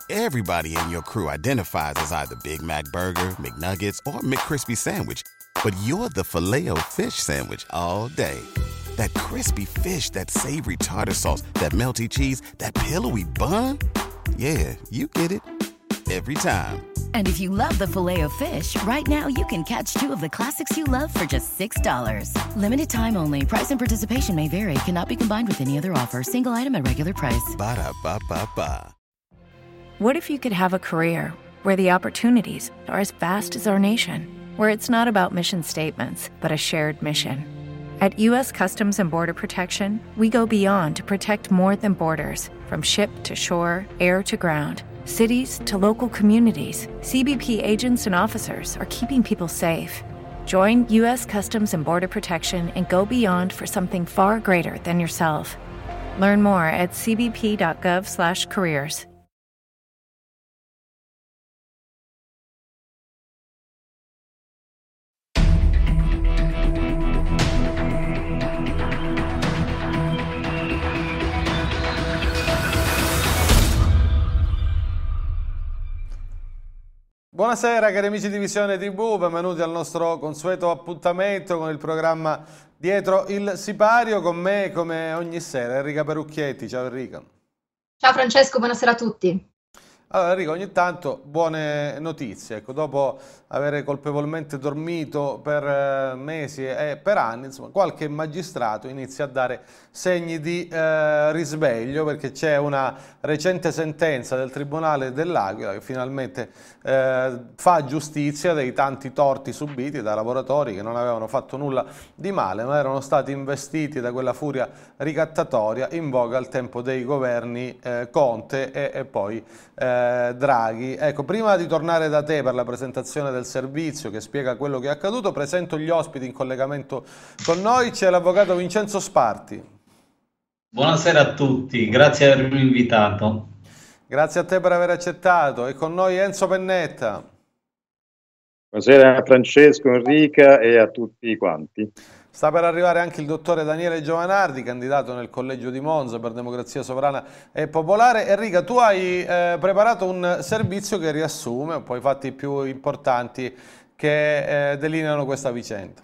Everybody in your crew identifies as either Big Mac Burger, McNuggets, or McCrispy Sandwich. But you're the Filet-O-Fish Sandwich all day. That crispy fish, that savory tartar sauce, that melty cheese, that pillowy bun. Yeah, you get it. Every time. And if you love the Filet-O-Fish, right now you can catch two of the classics you love for just $6. Limited time only. Price and participation may vary. Cannot be combined with any other offer. Single item at regular price. Ba-da-ba-ba-ba. What if you could have a career where the opportunities are as vast as our nation, where it's not about mission statements, but a shared mission? At U.S. Customs and Border Protection, we go beyond to protect more than borders. From ship to shore, air to ground, cities to local communities, CBP agents and officers are keeping people safe. Join U.S. Customs and Border Protection and go beyond for something far greater than yourself. Learn more at cbp.gov/careers. Buonasera cari amici di Visione TV, benvenuti al nostro consueto appuntamento con il programma Dietro il Sipario, con me come ogni sera Enrica Perucchietti. Ciao Enrica. Ciao Francesco, buonasera a tutti. Allora Enrico, ogni tanto buone notizie, ecco, dopo aver colpevolmente dormito per mesi e per anni, insomma, qualche magistrato inizia a dare segni di risveglio, perché c'è una recente sentenza del Tribunale dell'Aquila che finalmente fa giustizia dei tanti torti subiti da lavoratori che non avevano fatto nulla di male, ma erano stati investiti da quella furia ricattatoria in voga al tempo dei governi Conte e poi Draghi. Ecco, prima di tornare da te per la presentazione del servizio che spiega quello che è accaduto, presento gli ospiti in collegamento con noi. C'è l'avvocato Vincenzo Sparti. Buonasera a tutti, grazie di avermi invitato. Grazie a te per aver accettato. E con noi Enzo Pennetta. Buonasera a Francesco, Enrica e a tutti quanti. Sta per arrivare anche il dottore Daniele Giovanardi, candidato nel collegio di Monza per Democrazia Sovrana e Popolare. Enrica, tu hai preparato un servizio che riassume un po' i fatti più importanti che delineano questa vicenda.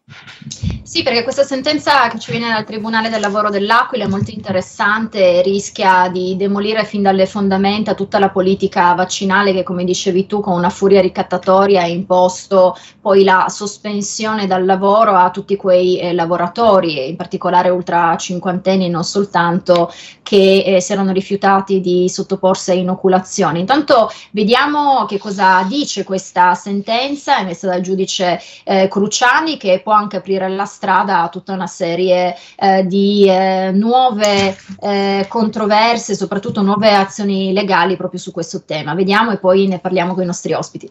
Sì, perché questa sentenza che ci viene dal Tribunale del Lavoro dell'Aquila è molto interessante e rischia di demolire fin dalle fondamenta tutta la politica vaccinale che, come dicevi tu, con una furia ricattatoria ha imposto poi la sospensione dal lavoro a tutti quei lavoratori, in particolare ultra cinquantenni, non soltanto, che si erano rifiutati di sottoporsi a inoculazione. Intanto vediamo che cosa dice questa sentenza emessa dal giudice Cruciani, che può anche aprire la strada a tutta una serie di nuove controversie, soprattutto nuove azioni legali proprio su questo tema. Vediamo e poi ne parliamo con i nostri ospiti.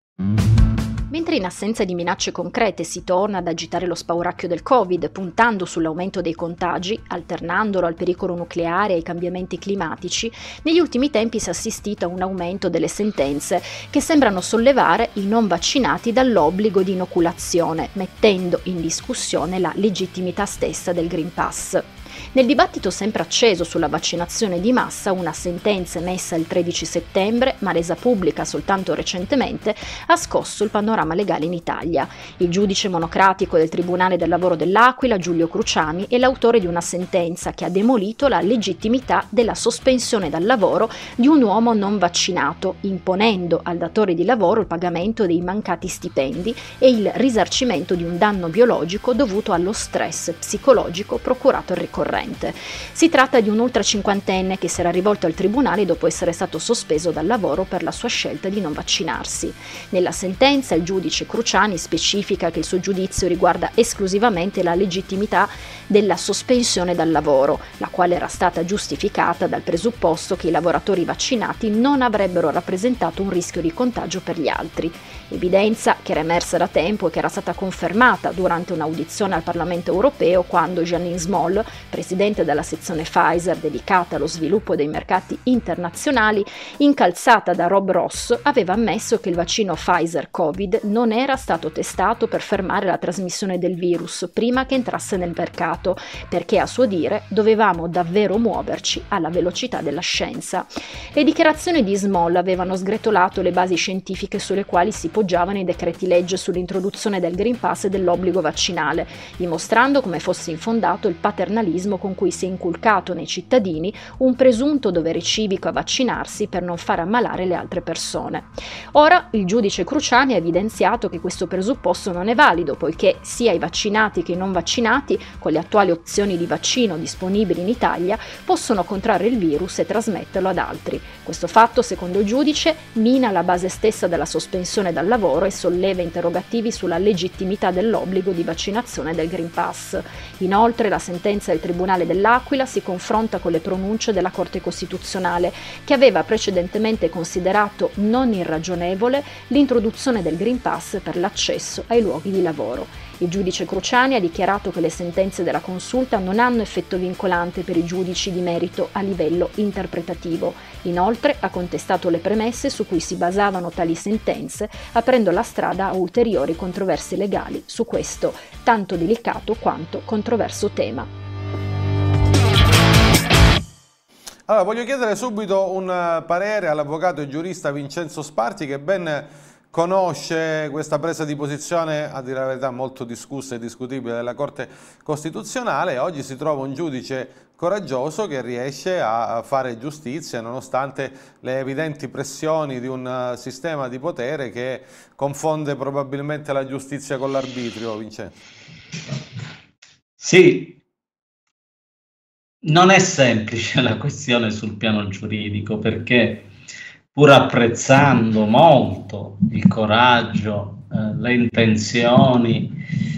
Mentre in assenza di minacce concrete si torna ad agitare lo spauracchio del Covid, puntando sull'aumento dei contagi, alternandolo al pericolo nucleare e ai cambiamenti climatici, negli ultimi tempi si è assistito a un aumento delle sentenze che sembrano sollevare i non vaccinati dall'obbligo di inoculazione, mettendo in discussione la legittimità stessa del Green Pass. Nel dibattito sempre acceso sulla vaccinazione di massa, una sentenza emessa il 13 settembre, ma resa pubblica soltanto recentemente, ha scosso il panorama legale in Italia. Il giudice monocratico del Tribunale del Lavoro dell'Aquila, Giulio Cruciani, è l'autore di una sentenza che ha demolito la legittimità della sospensione dal lavoro di un uomo non vaccinato, imponendo al datore di lavoro il pagamento dei mancati stipendi e il risarcimento di un danno biologico dovuto allo stress psicologico procurato al ricorrente. Si tratta di un ultracinquantenne che si era rivolto al tribunale dopo essere stato sospeso dal lavoro per la sua scelta di non vaccinarsi. Nella sentenza il giudice Cruciani specifica che il suo giudizio riguarda esclusivamente la legittimità della sospensione dal lavoro, la quale era stata giustificata dal presupposto che i lavoratori vaccinati non avrebbero rappresentato un rischio di contagio per gli altri. Evidenza che era emersa da tempo e che era stata confermata durante un'audizione al Parlamento europeo quando Jeanine Small, presidente della sezione Pfizer dedicata allo sviluppo dei mercati internazionali, incalzata da Rob Ross, aveva ammesso che il vaccino Pfizer Covid non era stato testato per fermare la trasmissione del virus prima che entrasse nel mercato, perché a suo dire dovevamo davvero muoverci alla velocità della scienza. Le dichiarazioni di Small avevano sgretolato le basi scientifiche sulle quali si poggiavano i decreti legge sull'introduzione del Green Pass e dell'obbligo vaccinale, dimostrando come fosse infondato il paternalismo con cui si è inculcato nei cittadini un presunto dovere civico a vaccinarsi per non far ammalare le altre persone. Ora il giudice Cruciani ha evidenziato che questo presupposto non è valido, poiché sia i vaccinati che i non vaccinati, con le attuali opzioni di vaccino disponibili in Italia, possono contrarre il virus e trasmetterlo ad altri. Questo fatto, secondo il giudice, mina la base stessa della sospensione dal lavoro e solleva interrogativi sulla legittimità dell'obbligo di vaccinazione del Green Pass. Inoltre, la sentenza del Tribunale dell'Aquila si confronta con le pronunce della Corte Costituzionale, che aveva precedentemente considerato non irragionevole l'introduzione del Green Pass per l'accesso ai luoghi di lavoro. Il giudice Cruciani ha dichiarato che le sentenze della consulta non hanno effetto vincolante per i giudici di merito a livello interpretativo. Inoltre ha contestato le premesse su cui si basavano tali sentenze, aprendo la strada a ulteriori controversie legali su questo tanto delicato quanto controverso tema. Allora, voglio chiedere subito un parere all'avvocato e giurista Vincenzo Sparti, che ben conosce questa presa di posizione, a dire la verità, molto discussa e discutibile della Corte Costituzionale, e oggi si trova un giudice coraggioso che riesce a fare giustizia nonostante le evidenti pressioni di un sistema di potere che confonde probabilmente la giustizia con l'arbitrio. Vincenzo. Sì, non è semplice la questione sul piano giuridico, perché pur apprezzando molto il coraggio, le intenzioni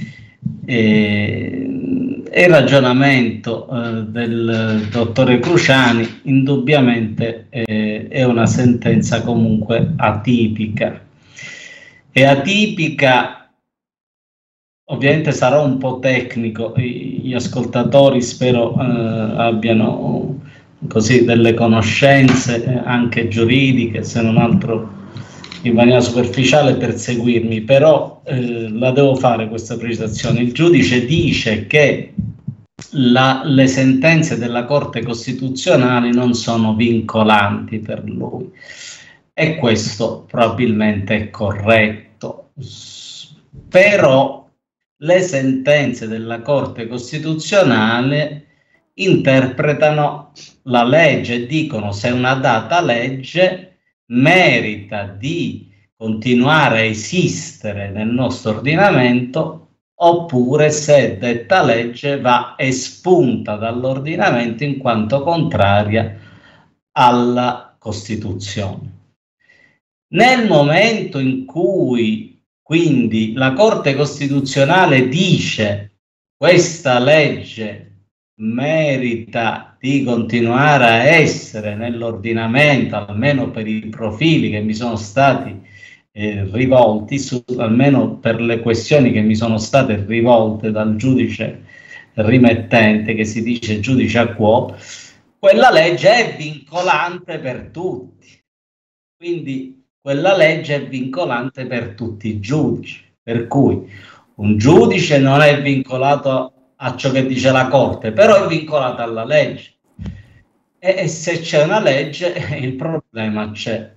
e il ragionamento del dottore Cruciani, indubbiamente è una sentenza comunque atipica. È atipica, ovviamente sarò un po' tecnico, gli ascoltatori spero abbiano così delle conoscenze anche giuridiche, se non altro in maniera superficiale, per seguirmi, però la devo fare questa precisazione. Il giudice dice che le sentenze della Corte Costituzionale non sono vincolanti per lui, e questo probabilmente è corretto, però le sentenze della Corte Costituzionale interpretano la legge e dicono se una data legge merita di continuare a esistere nel nostro ordinamento oppure se detta legge va espunta dall'ordinamento in quanto contraria alla Costituzione. Nel momento in cui quindi la Corte Costituzionale dice questa legge merita di continuare a essere nell'ordinamento, almeno per i profili che mi sono stati rivolti, almeno per le questioni che mi sono state rivolte dal giudice rimettente, che si dice giudice a quo, quella legge è vincolante per tutti. Quindi quella legge è vincolante per tutti i giudici, per cui un giudice non è vincolato a ciò che dice la Corte, però è vincolato alla legge. E se c'è una legge, il problema c'è.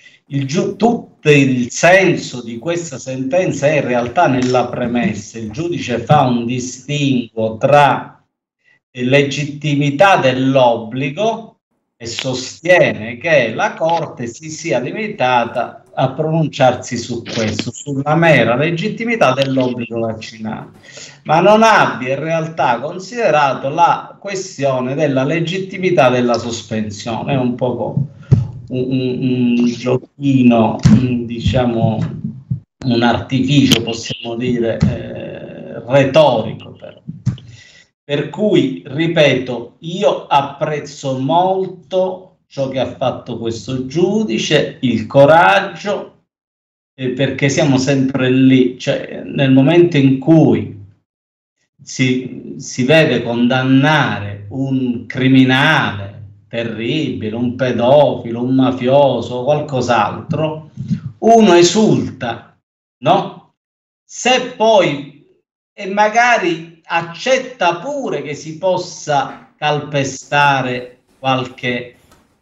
Tutto il senso di questa sentenza è in realtà nella premessa. Il giudice fa un distinguo tra legittimità dell'obbligo e sostiene che la Corte si sia limitata a pronunciarsi su questo, sulla mera legittimità dell'obbligo vaccinale, ma non abbia in realtà considerato la questione della legittimità della sospensione. È un po' un giochino, diciamo un artificio, possiamo dire, retorico però. Per cui, ripeto, io apprezzo molto ciò che ha fatto questo giudice, il coraggio, perché siamo sempre lì, cioè nel momento in cui si vede condannare un criminale terribile, un pedofilo, un mafioso o qualcos'altro, uno esulta, no? Se poi, e magari accetta pure che si possa calpestare qualche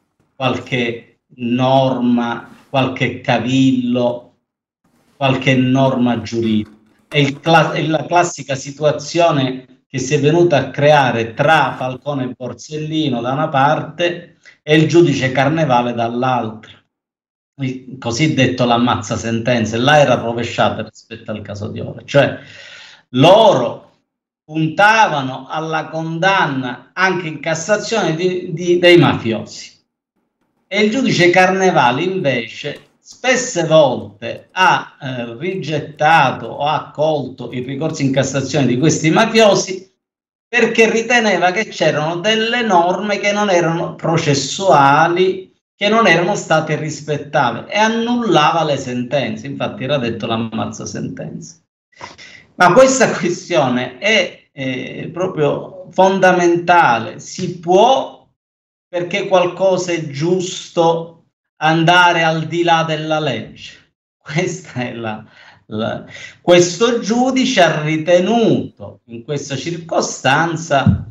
norma, qualche cavillo, qualche norma giuridica. È la classica situazione che si è venuta a creare tra Falcone e Borsellino da una parte e il giudice Carnevale dall'altra, il cosiddetto l'ammazza sentenze. Là era rovesciata rispetto al caso di ora, cioè loro puntavano alla condanna anche in Cassazione dei mafiosi, e il giudice Carnevale invece spesse volte ha rigettato o ha accolto i ricorsi in Cassazione di questi mafiosi perché riteneva che c'erano delle norme che non erano processuali, che non erano state rispettate, e annullava le sentenze. Infatti era detto l'ammazza sentenze. Ma questa questione è proprio fondamentale. Si può, perché qualcosa è giusto, andare al di là della legge. Questa è questo giudice ha ritenuto in questa circostanza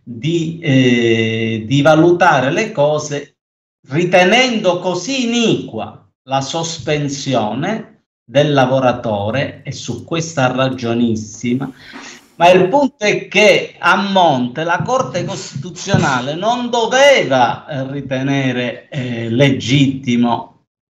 di valutare le cose, ritenendo così iniqua la sospensione del lavoratore, e su questa ragionissima. Ma il punto è che a monte la Corte Costituzionale non doveva ritenere legittimo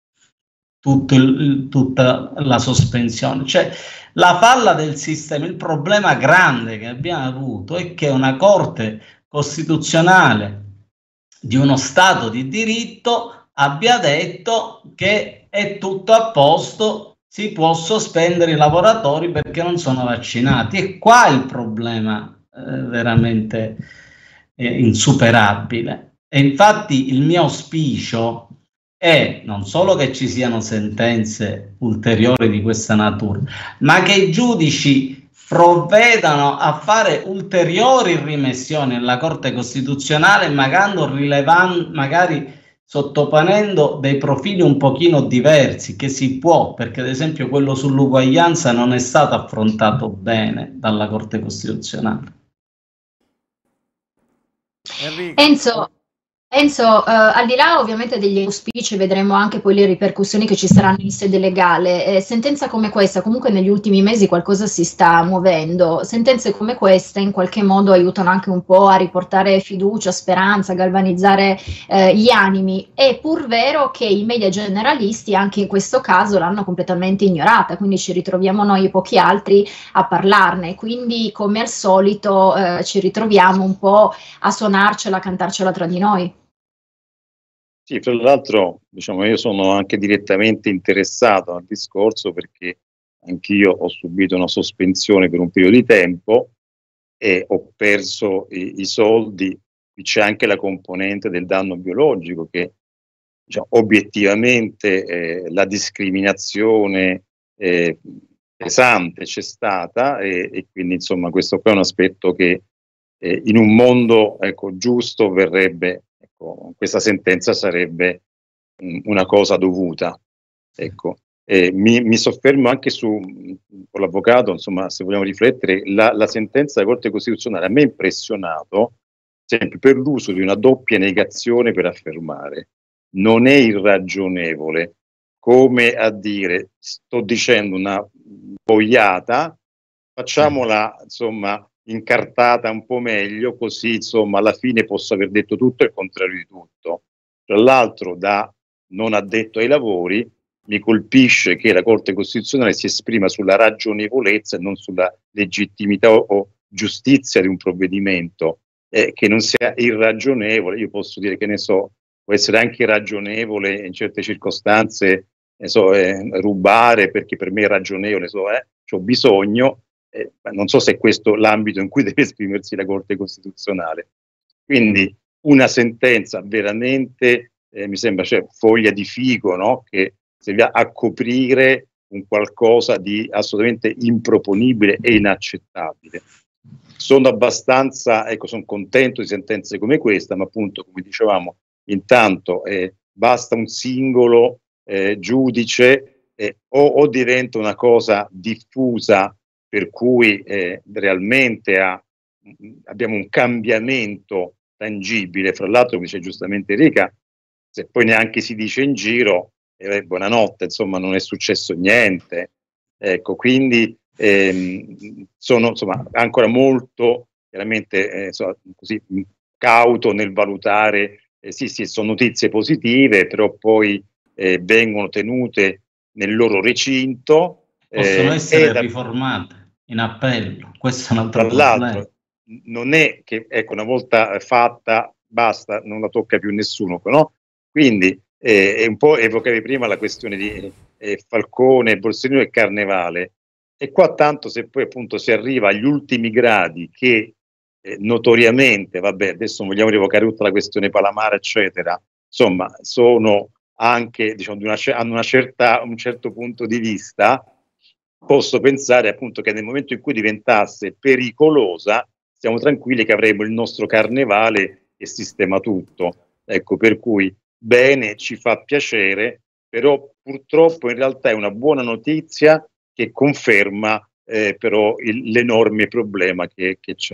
tutta la sospensione. Cioè, la falla del sistema, il problema grande che abbiamo avuto è che una Corte Costituzionale di uno Stato di diritto abbia detto che è tutto a posto, si può sospendere i lavoratori perché non sono vaccinati. E qua il problema veramente insuperabile. E infatti il mio auspicio è non solo che ci siano sentenze ulteriori di questa natura, ma che i giudici provvedano a fare ulteriori rimessioni alla Corte Costituzionale, magari sottoponendo dei profili un pochino diversi, che si può, perché ad esempio quello sull'uguaglianza non è stato affrontato bene dalla Corte Costituzionale. Enzo, al di là ovviamente degli auspici, vedremo anche poi le ripercussioni che ci saranno in sede legale. Sentenza come questa, comunque negli ultimi mesi qualcosa si sta muovendo. Sentenze come queste in qualche modo aiutano anche un po' a riportare fiducia, speranza, galvanizzare gli animi. È pur vero che i media generalisti anche in questo caso l'hanno completamente ignorata, quindi ci ritroviamo noi e pochi altri a parlarne. Quindi, come al solito, ci ritroviamo un po' a suonarcela, a cantarcela tra di noi. Sì, fra l'altro, diciamo, io sono anche direttamente interessato al discorso perché anch'io ho subito una sospensione per un periodo di tempo e ho perso i soldi. Qui c'è anche la componente del danno biologico che, diciamo, obiettivamente la discriminazione pesante c'è stata e quindi insomma questo qua è un aspetto che in un mondo giusto verrebbe. Questa sentenza sarebbe una cosa dovuta. Mi soffermo anche con l'avvocato, insomma, se vogliamo riflettere, la sentenza della Corte Costituzionale a me ha impressionato sempre per l'uso di una doppia negazione per affermare. Non è irragionevole, come a dire, sto dicendo una boiata, facciamola, insomma, incartata un po' meglio, così insomma alla fine posso aver detto tutto e il contrario di tutto. Tra l'altro, da non addetto ai lavori, mi colpisce che la Corte Costituzionale si esprima sulla ragionevolezza e non sulla legittimità o giustizia di un provvedimento, che non sia irragionevole. Io posso dire che ne so, può essere anche ragionevole in certe circostanze, rubare perché per me è ragionevole, ho bisogno. Non so se è questo l'ambito in cui deve esprimersi la Corte Costituzionale. Quindi una sentenza veramente, mi sembra, foglia di figo, no? Che serve a coprire un qualcosa di assolutamente improponibile e inaccettabile. sono abbastanza, ecco, sono contento di sentenze come questa, ma appunto, come dicevamo, intanto basta un singolo giudice o diventa una cosa diffusa per cui realmente abbiamo un cambiamento tangibile. Fra l'altro, come dice giustamente Enrica, se poi neanche si dice in giro, buonanotte, insomma, non è successo niente. Ecco, quindi sono insomma ancora molto chiaramente così cauto nel valutare. Sì, sono notizie positive, però poi vengono tenute nel loro recinto. Possono essere riformate in appello, questo è un altro problema. Non è che, ecco, una volta fatta basta, non la tocca più nessuno, no? Quindi è un po' evocavi prima la questione di Falcone, Borsellino e Carnevale, e qua tanto se poi appunto si arriva agli ultimi gradi che notoriamente, vabbè, adesso non vogliamo rievocare tutta la questione Palamara eccetera, insomma sono anche, diciamo, hanno un certo punto di vista. Posso pensare appunto che nel momento in cui diventasse pericolosa, siamo tranquilli che avremo il nostro carnevale e sistema tutto. Ecco, per cui bene, ci fa piacere, però purtroppo in realtà è una buona notizia che conferma però l'enorme problema che c'è.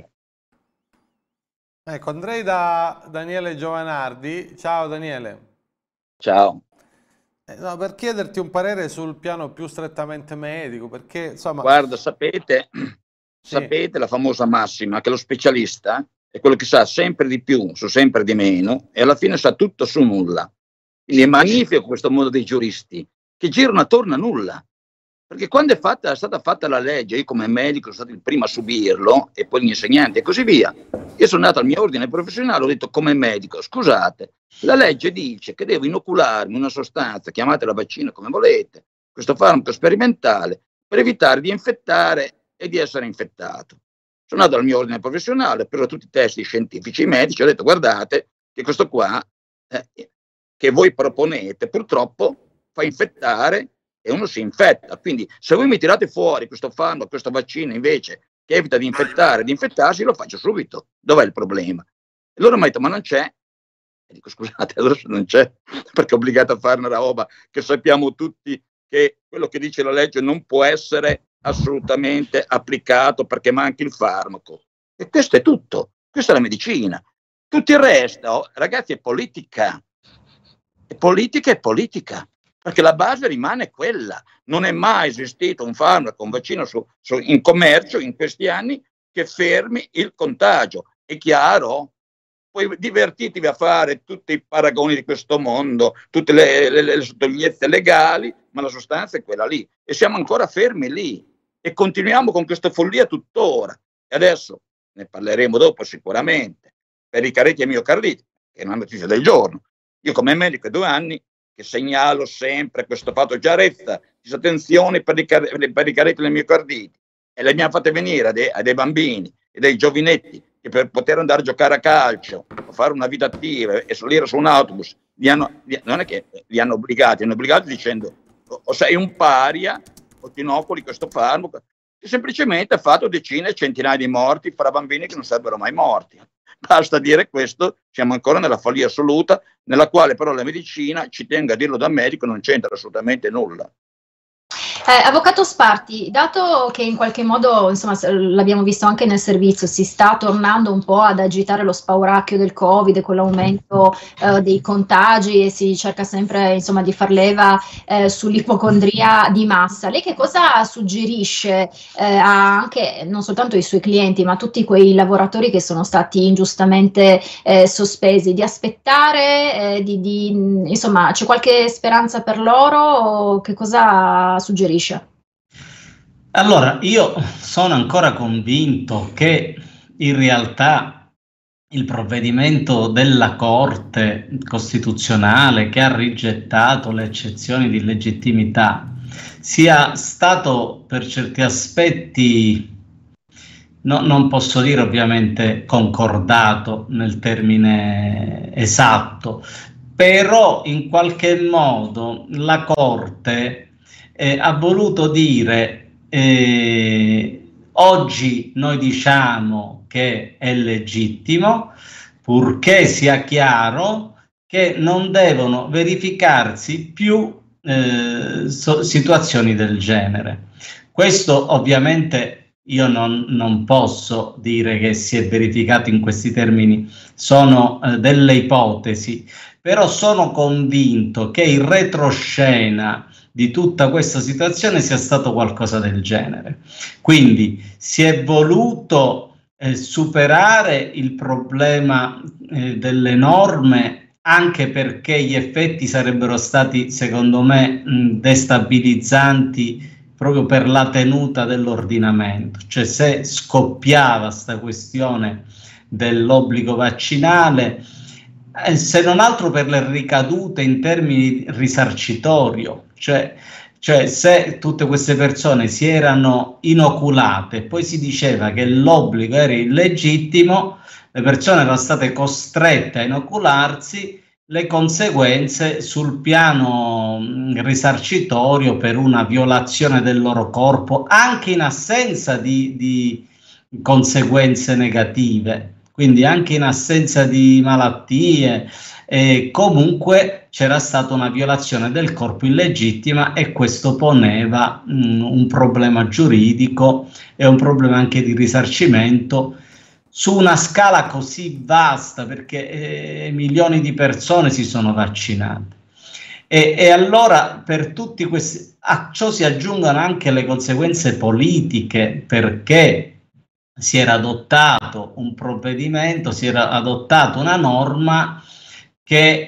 Ecco, andrei da Daniele Giovanardi. Ciao Daniele. Ciao. No, per chiederti un parere sul piano più strettamente medico, perché insomma... Guarda, sapete la famosa massima che lo specialista è quello che sa sempre di più su sempre di meno e alla fine sa tutto su nulla. Quindi è magnifico questo modo dei giuristi che girano attorno a nulla. Perché quando è stata fatta la legge, io come medico sono stato il primo a subirlo e poi gli insegnanti e così via. Io sono andato al mio ordine professionale, ho detto come medico, scusate, la legge dice che devo inocularmi una sostanza, chiamatela vaccino come volete, questo farmaco sperimentale, per evitare di infettare e di essere infettato. Sono andato al mio ordine professionale, ho preso tutti i testi scientifici medici, ho detto guardate che questo qua che voi proponete purtroppo fa infettare e uno si infetta. Quindi se voi mi tirate fuori questo farmaco, questo vaccino invece che evita di infettare, di infettarsi, lo faccio subito. Dov'è il problema? E loro mi hanno detto ma non c'è. E dico scusate, adesso non c'è perché è obbligato a fare una roba che sappiamo tutti che quello che dice la legge non può essere assolutamente applicato perché manca il farmaco. E questo è tutto. Questa è la medicina. Tutto il resto, ragazzi, è politica. È politica, è politica. Perché la base rimane quella. Non è mai esistito un farmaco, un vaccino in commercio in questi anni che fermi il contagio. È chiaro? Poi divertitevi a fare tutti i paragoni di questo mondo, tutte le sottolinezze legali, ma la sostanza è quella lì. E siamo ancora fermi lì. E continuiamo con questa follia tuttora. E adesso ne parleremo dopo sicuramente. Per i careti e miocarditi, che è una notizia del giorno. Io come medico 2 anni che segnalo sempre questo fatto chiarezza, disattenzione per i careti e le miocarditi, e le abbiamo fatte venire a dei bambini e dei giovinetti che per poter andare a giocare a calcio o fare una vita attiva e salire su un autobus non è che li hanno obbligati dicendo o sei un paria o ti inoculi questo farmaco, che semplicemente ha fatto decine e centinaia di morti fra bambini che non sarebbero mai morti. Basta dire questo, siamo ancora nella follia assoluta, nella quale però la medicina, ci tengo a dirlo da medico, non c'entra assolutamente nulla. Avvocato Sparti, dato che in qualche modo, insomma, l'abbiamo visto anche nel servizio, si sta tornando un po' ad agitare lo spauracchio del Covid con l'aumento dei contagi e si cerca sempre, insomma, di far leva sull'ipocondria di massa, lei che cosa suggerisce anche, non soltanto ai suoi clienti, ma a tutti quei lavoratori che sono stati ingiustamente sospesi, di aspettare, insomma, c'è qualche speranza per loro o che cosa suggerisce? Allora, io sono ancora convinto che in realtà il provvedimento della Corte Costituzionale che ha rigettato le eccezioni di legittimità sia stato per certi aspetti, non posso dire ovviamente concordato nel termine esatto, però in qualche modo la Corte ha voluto dire Oggi noi diciamo che è legittimo, purché sia chiaro che non devono verificarsi più situazioni del genere. Questo ovviamente io non posso dire che si è verificato in questi termini, sono delle ipotesi, però sono convinto che il retroscena di tutta questa situazione sia stato qualcosa del genere. Quindi si è voluto superare il problema delle norme, anche perché gli effetti sarebbero stati, secondo me, destabilizzanti proprio per la tenuta dell'ordinamento. Cioè, se scoppiava sta questione dell'obbligo vaccinale, se non altro per le ricadute in termini risarcitorio, cioè se tutte queste persone si erano inoculate e poi si diceva che l'obbligo era illegittimo, le persone erano state costrette a inocularsi, le conseguenze sul piano risarcitorio per una violazione del loro corpo, anche in assenza di conseguenze negative, quindi anche in assenza di malattie, comunque c'era stata una violazione del corpo illegittima e questo poneva un problema giuridico e un problema anche di risarcimento su una scala così vasta, perché milioni di persone si sono vaccinate. E allora per tutti questi, a ciò si aggiungono anche le conseguenze politiche, perché si era adottato un provvedimento, si era adottata una norma che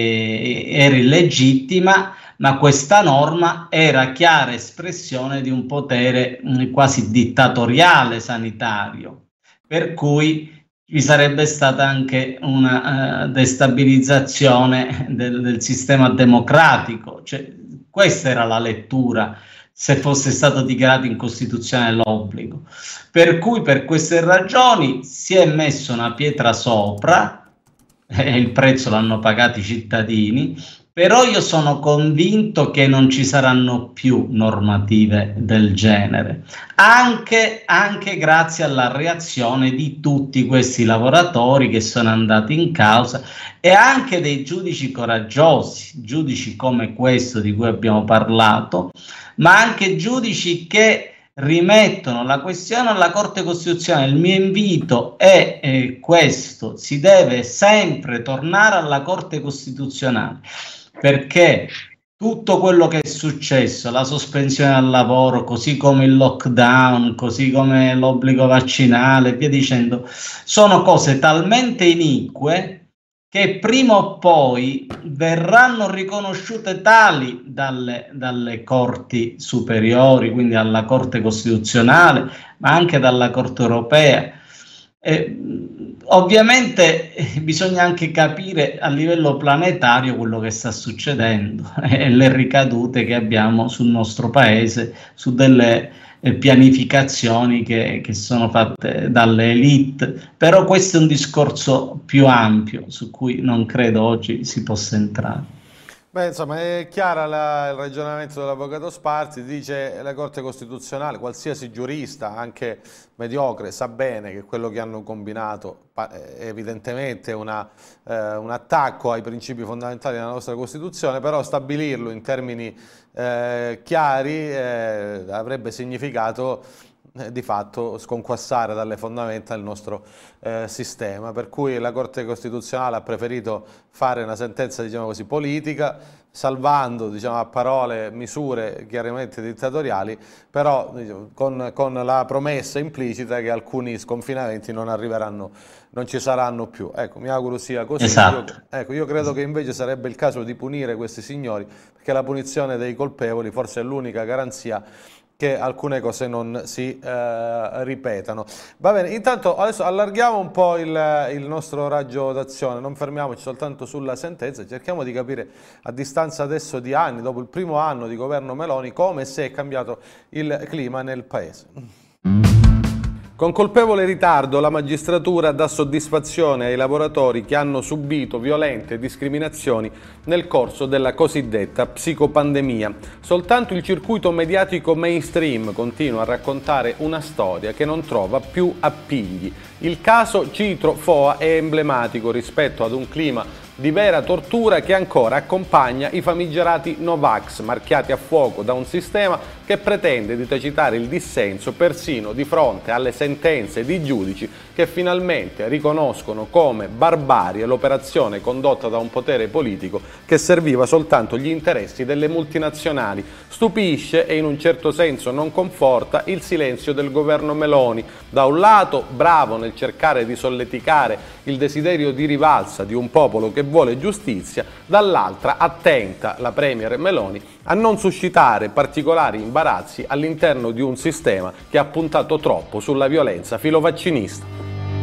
era illegittima, ma questa norma era chiara espressione di un potere quasi dittatoriale sanitario, per cui vi sarebbe stata anche una destabilizzazione del sistema democratico. Cioè, questa era la lettura se fosse stato dichiarato incostituzionale l'obbligo. Per cui per queste ragioni si è messo una pietra sopra, e il prezzo l'hanno pagato i cittadini, però io sono convinto che non ci saranno più normative del genere, anche grazie alla reazione di tutti questi lavoratori che sono andati in causa e anche dei giudici coraggiosi, giudici come questo di cui abbiamo parlato, ma anche giudici che rimettono la questione alla Corte Costituzionale. Il mio invito è questo: si deve sempre tornare alla Corte Costituzionale, perché tutto quello che è successo, la sospensione dal lavoro, così come il lockdown, così come l'obbligo vaccinale e via dicendo, sono cose talmente inique che prima o poi verranno riconosciute tali dalle corti superiori, quindi dalla Corte Costituzionale, ma anche dalla Corte Europea. Ovviamente bisogna anche capire a livello planetario quello che sta succedendo e le ricadute che abbiamo sul nostro paese, su delle pianificazioni che sono fatte dalle elite, però questo è un discorso più ampio su cui non credo oggi si possa entrare. Beh, insomma, è chiara il ragionamento dell'avvocato Sparzi. Dice la Corte Costituzionale, qualsiasi giurista, anche mediocre, sa bene che quello che hanno combinato è evidentemente un attacco ai principi fondamentali della nostra Costituzione, però stabilirlo in termini chiari avrebbe significato di fatto sconquassare dalle fondamenta il nostro sistema, per cui la Corte Costituzionale ha preferito fare una sentenza, diciamo così, politica, salvando, diciamo, a parole misure chiaramente dittatoriali, però diciamo, con la promessa implicita che alcuni sconfinamenti non ci saranno più. Ecco, mi auguro sia così. Esatto. Io credo che invece sarebbe il caso di punire questi signori, perché la punizione dei colpevoli forse è l'unica garanzia che alcune cose non si ripetano. Va bene, intanto adesso allarghiamo un po' il nostro raggio d'azione, non fermiamoci soltanto sulla sentenza, cerchiamo di capire a distanza adesso di anni, dopo il primo anno di governo Meloni, come si è cambiato il clima nel Paese. Con colpevole ritardo la magistratura dà soddisfazione ai lavoratori che hanno subito violente discriminazioni nel corso della cosiddetta psicopandemia. Soltanto il circuito mediatico mainstream continua a raccontare una storia che non trova più appigli. Il caso Citro Foa è emblematico rispetto ad un clima di vera tortura che ancora accompagna i famigerati Novax, marchiati a fuoco da un sistema che pretende di tacitare il dissenso persino di fronte alle sentenze di giudici che finalmente riconoscono come barbarie l'operazione condotta da un potere politico che serviva soltanto gli interessi delle multinazionali. Stupisce e in un certo senso non conforta il silenzio del governo Meloni. Da un lato bravo nel cercare di solleticare il desiderio di rivalsa di un popolo che vuole giustizia, dall'altra attenta la premier Meloni a non suscitare particolari imbarazzi all'interno di un sistema che ha puntato troppo sulla violenza filovaccinista.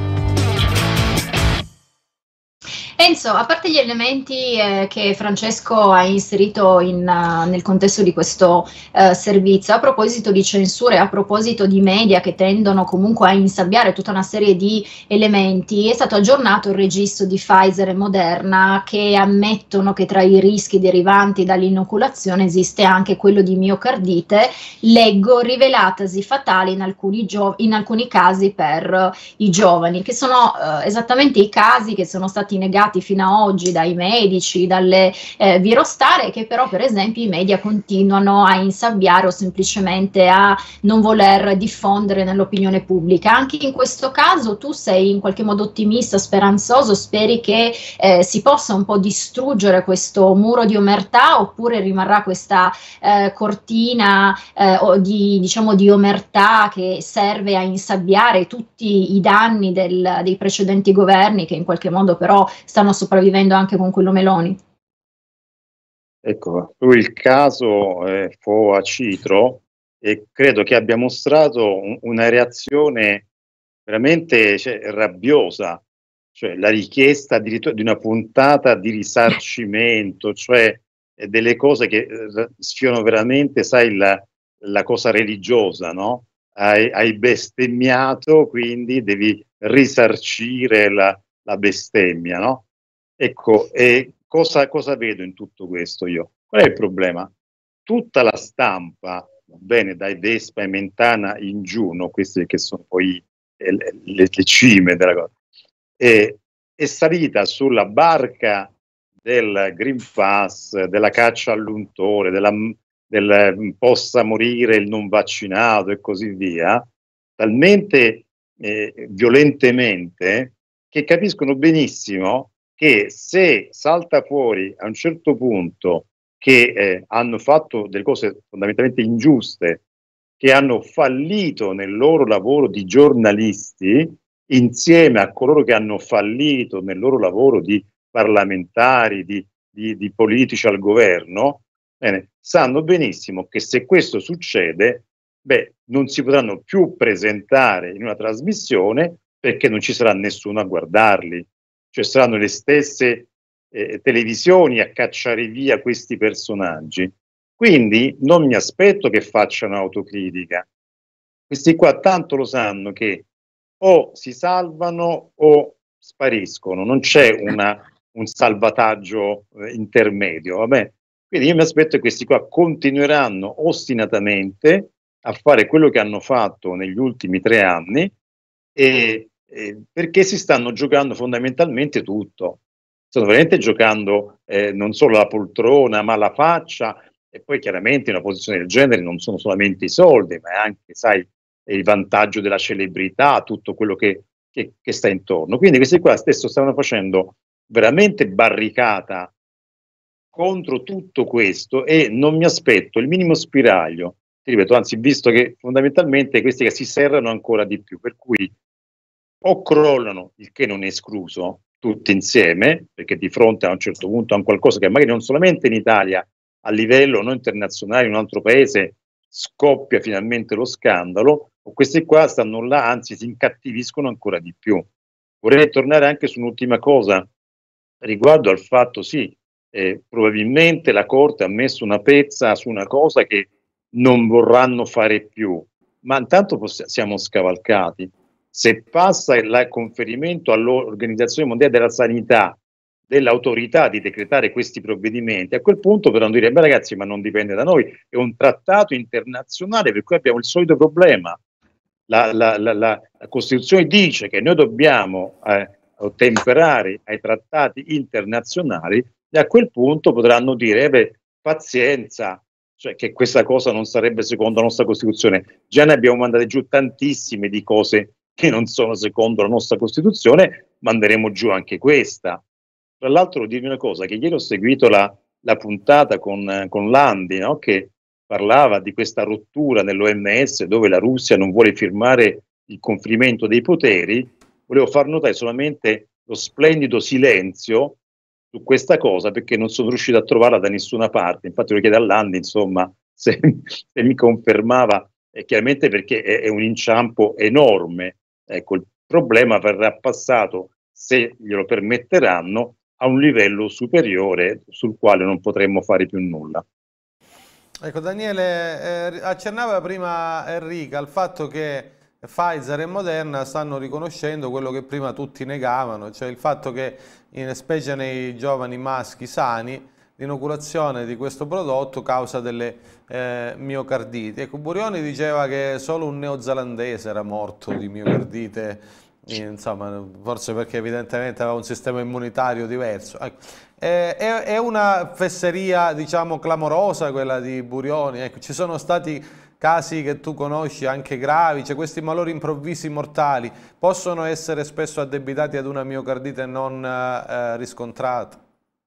Enzo, a parte gli elementi che Francesco ha inserito nel contesto di questo servizio, a proposito di censure, a proposito di media che tendono comunque a insabbiare tutta una serie di elementi, è stato aggiornato il registro di Pfizer e Moderna che ammettono che tra i rischi derivanti dall'inoculazione esiste anche quello di miocardite, leggo, rivelatasi fatale in alcuni casi per i giovani, che sono esattamente i casi che sono stati negati fino a oggi dai medici, dalle virostare, che però per esempio i media continuano a insabbiare o semplicemente a non voler diffondere nell'opinione pubblica. Anche in questo caso tu sei in qualche modo ottimista, speranzoso, speri che si possa un po' distruggere questo muro di omertà, oppure rimarrà questa cortina di omertà che serve a insabbiare tutti i danni dei precedenti governi, che in qualche modo però stanno sopravvivendo anche con quello Meloni? Ecco, il caso Foa Citro credo che abbia mostrato una reazione veramente rabbiosa, cioè la richiesta addirittura di una puntata di risarcimento, cioè delle cose che sfiorano veramente, sai, la cosa religiosa, no? Hai bestemmiato, quindi devi risarcire la bestemmia, no? Ecco, cosa vedo in tutto questo io? Qual è il problema? Tutta la stampa, bene, dai Vespa e Mentana in giù, no? Queste che sono poi le cime della cosa, è salita sulla barca del Green Pass, della caccia all'untore, del possa morire il non vaccinato e così via, talmente violentemente che capiscono benissimo che se salta fuori a un certo punto che hanno fatto delle cose fondamentalmente ingiuste, che hanno fallito nel loro lavoro di giornalisti, insieme a coloro che hanno fallito nel loro lavoro di parlamentari, di politici al governo, bene, sanno benissimo che se questo succede, non si potranno più presentare in una trasmissione perché non ci sarà nessuno a guardarli. Cioè saranno le stesse televisioni a cacciare via questi personaggi. Quindi non mi aspetto che facciano autocritica. Questi qua tanto lo sanno che o si salvano o spariscono, non c'è un salvataggio intermedio. Vabbè? Quindi io mi aspetto che questi qua continueranno ostinatamente a fare quello che hanno fatto negli ultimi 3 anni perché si stanno giocando fondamentalmente tutto. Stanno veramente giocando non solo la poltrona ma la faccia, e poi chiaramente in una posizione del genere non sono solamente i soldi, ma è anche, sai, il vantaggio della celebrità, tutto quello che sta intorno. Quindi questi qua stesso stanno facendo veramente barricata contro tutto questo e non mi aspetto il minimo spiraglio, ti ripeto, anzi, visto che fondamentalmente questi che si serrano ancora di più, per cui o crollano, il che non è escluso, tutti insieme, perché di fronte a un certo punto a un qualcosa che magari non solamente in Italia, a livello non internazionale, in un altro paese, scoppia finalmente lo scandalo, o questi qua stanno là, anzi si incattiviscono ancora di più. Vorrei tornare anche su un'ultima cosa riguardo al fatto, sì, probabilmente la Corte ha messo una pezza su una cosa che non vorranno fare più, ma intanto siamo scavalcati. Se passa il conferimento all'Organizzazione Mondiale della Sanità dell'autorità di decretare questi provvedimenti, a quel punto però direbbe ragazzi, ma non dipende da noi, è un trattato internazionale, per cui abbiamo il solito problema. La Costituzione dice che noi dobbiamo ottemperare ai trattati internazionali, e a quel punto potranno dire pazienza, cioè che questa cosa non sarebbe secondo la nostra Costituzione. Già ne abbiamo mandate giù tantissime di cose che non sono secondo la nostra Costituzione, manderemo giù anche questa. Tra l'altro, dirmi una cosa, che ieri ho seguito la puntata con Landi, no? Che parlava di questa rottura nell'OMS dove la Russia non vuole firmare il conferimento dei poteri. Volevo far notare solamente lo splendido silenzio su questa cosa, perché non sono riuscito a trovarla da nessuna parte. Infatti lo chiedo a Landi, insomma, se mi confermava, chiaramente perché è un inciampo enorme. Ecco, il problema verrà passato, se glielo permetteranno, a un livello superiore sul quale non potremmo fare più nulla. Ecco, Daniele, accennava prima Enrica al fatto che Pfizer e Moderna stanno riconoscendo quello che prima tutti negavano, cioè il fatto che, specie nei giovani maschi sani, l'inoculazione di questo prodotto causa delle miocarditi. Ecco, Burioni diceva che solo un neozelandese era morto di miocardite, insomma, forse perché evidentemente aveva un sistema immunitario diverso. Ecco. È una fesseria, diciamo, clamorosa quella di Burioni. Ecco, ci sono stati casi che tu conosci anche gravi, cioè questi malori improvvisi mortali possono essere spesso addebitati ad una miocardite non riscontrata.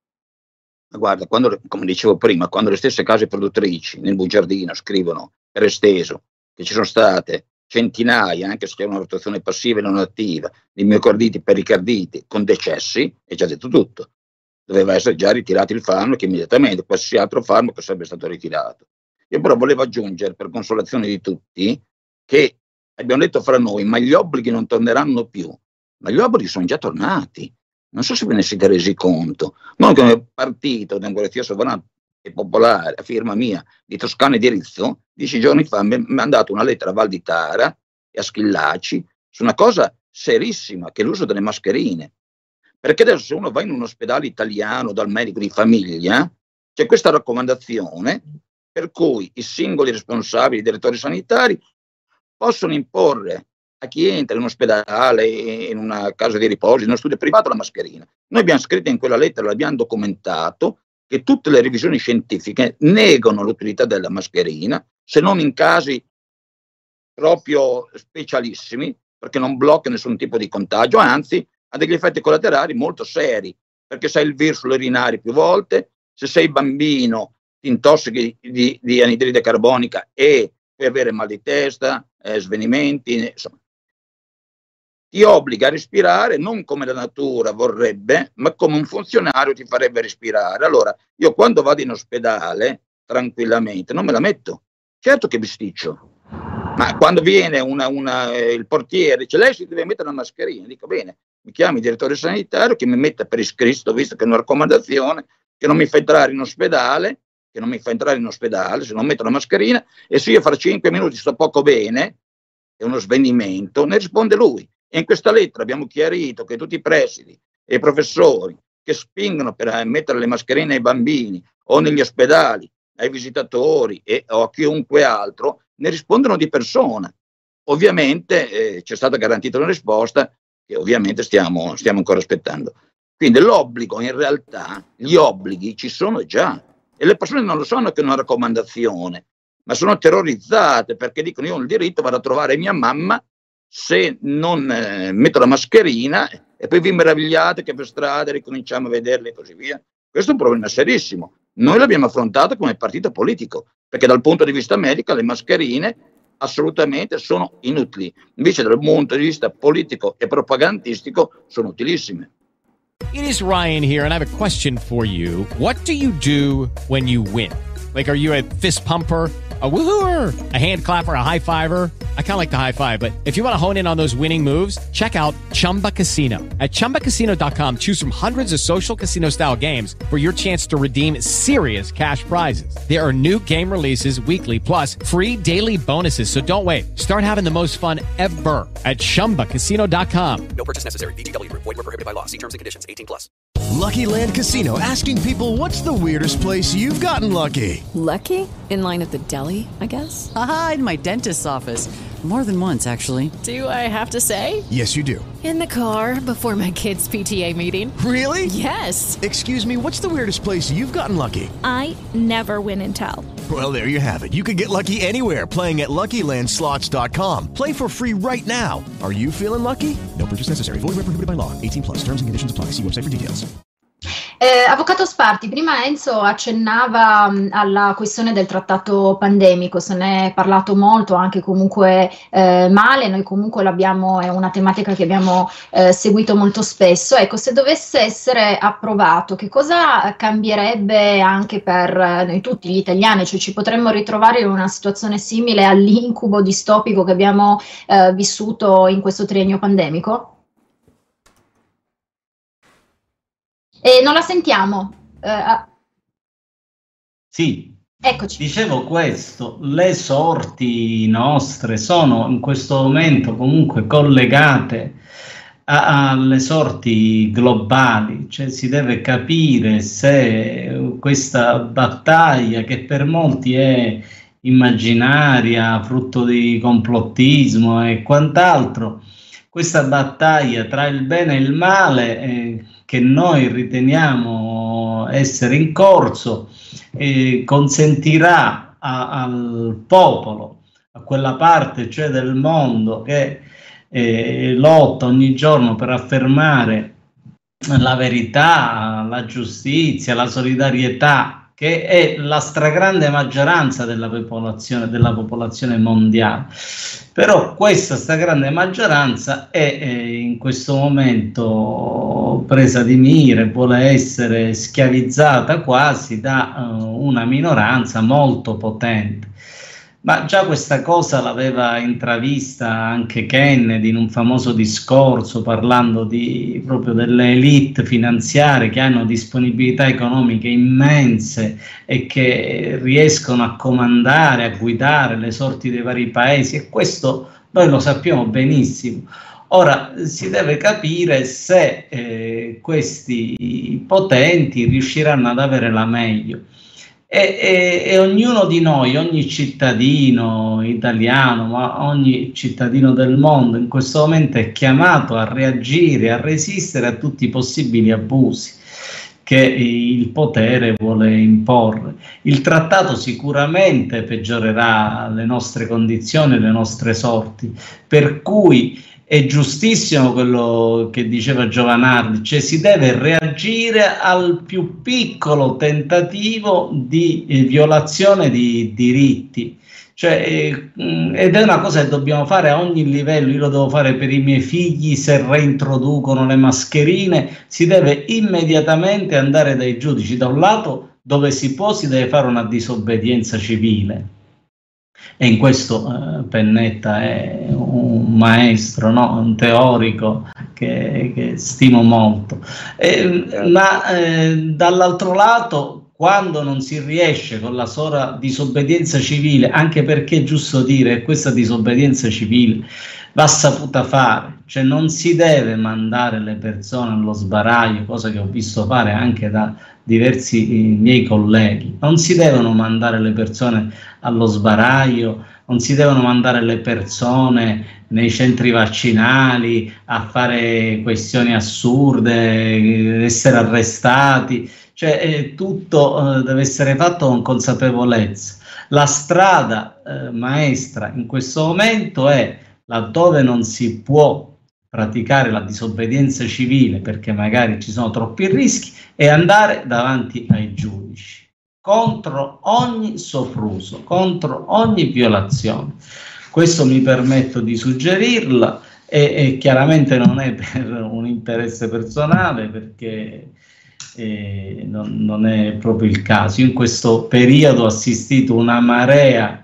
Guarda, quando, come dicevo prima, quando le stesse case produttrici nel bugiardino scrivono per esteso che ci sono state centinaia, anche se c'è una rotazione passiva e non attiva, di miocarditi, pericarditi con decessi, è già detto tutto. Doveva essere già ritirato il farmaco immediatamente, qualsiasi altro farmaco sarebbe stato ritirato. Io però volevo aggiungere, per consolazione di tutti, che abbiamo detto fra noi, ma gli obblighi non torneranno più. Ma gli obblighi sono già tornati. Non so se ve ne siete resi conto. Noi come partito Democrazia Sovrana e Popolare, a firma mia, di Toscana e di Rizzo, 10 giorni fa mi ha mandato una lettera a Valditara e a Schillaci su una cosa serissima, che è l'uso delle mascherine. Perché adesso se uno va in un ospedale italiano dal medico di famiglia, c'è questa raccomandazione per cui i singoli responsabili, i direttori sanitari, possono imporre a chi entra in un ospedale, in una casa di riposo, in uno studio privato, la mascherina. Noi abbiamo scritto in quella lettera, l'abbiamo documentato, che tutte le revisioni scientifiche negano l'utilità della mascherina, se non in casi proprio specialissimi, perché non blocca nessun tipo di contagio, anzi ha degli effetti collaterali molto seri, perché se hai il virus lo urinari più volte, se sei bambino ti intossichi di anidride carbonica e puoi avere mal di testa, svenimenti, insomma. Ti obbliga a respirare non come la natura vorrebbe, ma come un funzionario ti farebbe respirare. Allora, io quando vado in ospedale, tranquillamente, non me la metto. Certo che bisticcio, ma quando viene il portiere, dice lei si deve mettere una mascherina, dico bene, mi chiami il direttore sanitario che mi metta per iscritto, visto che è una raccomandazione, che non mi fa entrare in ospedale, se non metto la mascherina, e se io fra 5 minuti sto poco bene, è uno svenimento, ne risponde lui. E in questa lettera abbiamo chiarito che tutti i presidi e i professori che spingono per mettere le mascherine ai bambini o negli ospedali, ai visitatori o a chiunque altro, ne rispondono di persona. Ovviamente c'è stata garantita una risposta che ovviamente stiamo ancora aspettando. Quindi l'obbligo, in realtà, gli obblighi ci sono già e le persone non lo sanno che è una raccomandazione, ma sono terrorizzate perché dicono io ho il diritto, vado a trovare mia mamma se non metto la mascherina e poi vi meravigliate che per strada ricominciamo a vederle e così via. Questo è un problema serissimo. Noi l'abbiamo affrontato come partito politico, perché dal punto di vista medico le mascherine assolutamente sono inutili, invece dal punto di vista politico e propagandistico sono utilissime. It is Ryan here and I have a question for you. What do you do when you win? Like, are you a fist pumper? A woohooer, a hand clapper, a high fiver. I kind of like the high five, but if you want to hone in on those winning moves, check out Chumba Casino. At ChumbaCasino.com, choose from hundreds of social casino style games for your chance to redeem serious cash prizes. There are new game releases weekly, plus free daily bonuses. So don't wait. Start having the most fun ever at ChumbaCasino.com. No purchase necessary. VGW Group. Void where prohibited by law. See terms and conditions. 18+. Lucky Land Casino, asking people, what's the weirdest place you've gotten lucky? Lucky? In line at the deli, I guess? Aha, in my dentist's office. More than once, actually. Do I have to say? Yes, you do. In the car before my kids' PTA meeting. Really? Yes. Excuse me, what's the weirdest place you've gotten lucky? I never win and tell. Well, there you have it. You can get lucky anywhere, playing at LuckyLandSlots.com. Play for free right now. Are you feeling lucky? No purchase necessary. Void where prohibited by law. 18+. Terms and conditions apply. See website for details. Avvocato Sparti, prima Enzo accennava alla questione del trattato pandemico, se ne è parlato molto, anche comunque male, noi comunque l'abbiamo, è una tematica che abbiamo seguito molto spesso. Ecco, se dovesse essere approvato, che cosa cambierebbe anche per noi tutti gli italiani? Cioè, ci potremmo ritrovare in una situazione simile all'incubo distopico che abbiamo vissuto in questo triennio pandemico? Non la sentiamo. Sì. Eccoci. Dicevo questo, le sorti nostre sono in questo momento comunque collegate alle sorti globali, cioè si deve capire se questa battaglia, che per molti è immaginaria, frutto di complottismo e quant'altro, questa battaglia tra il bene e il male che noi riteniamo essere in corso consentirà al popolo, a quella parte cioè del mondo che lotta ogni giorno per affermare la verità, la giustizia, la solidarietà, che è la stragrande maggioranza della popolazione mondiale. Però questa stragrande maggioranza è in questo momento presa di mira, vuole essere schiavizzata quasi da una minoranza molto potente. Ma già questa cosa l'aveva intravista anche Kennedy in un famoso discorso, parlando proprio delle elite finanziarie che hanno disponibilità economiche immense e che riescono a comandare, a guidare le sorti dei vari paesi, e questo noi lo sappiamo benissimo. Ora si deve capire se questi potenti riusciranno ad avere la meglio. E ognuno di noi, ogni cittadino italiano, ma ogni cittadino del mondo in questo momento è chiamato a reagire, a resistere a tutti i possibili abusi che il potere vuole imporre. Il trattato sicuramente peggiorerà le nostre condizioni, le nostre sorti, per cui è giustissimo quello che diceva Giovanardi, cioè si deve reagire al più piccolo tentativo di violazione di diritti, cioè, ed è una cosa che dobbiamo fare a ogni livello. Io lo devo fare per i miei figli, se reintroducono le mascherine si deve immediatamente andare dai giudici. Da un lato, dove si può, si deve fare una disobbedienza civile, e in questo Pennetta è un maestro, no? Un teorico che stimo molto, ma dall'altro lato, quando non si riesce con la sola disobbedienza civile, anche perché è giusto dire che questa disobbedienza civile va saputa fare, cioè non si deve mandare le persone allo sbaraglio, cosa che ho visto fare anche da diversi miei colleghi. Non si devono mandare le persone allo sbaraglio, non si devono mandare le persone nei centri vaccinali a fare questioni assurde, essere arrestati, cioè tutto deve essere fatto con consapevolezza. La strada maestra in questo momento è, laddove non si può praticare la disobbedienza civile perché magari ci sono troppi rischi, e andare davanti ai giudici contro ogni sopruso, contro ogni violazione. Questo mi permetto di suggerirla, e chiaramente non è per un interesse personale, perché non è proprio il caso. Io in questo periodo ho assistito a una marea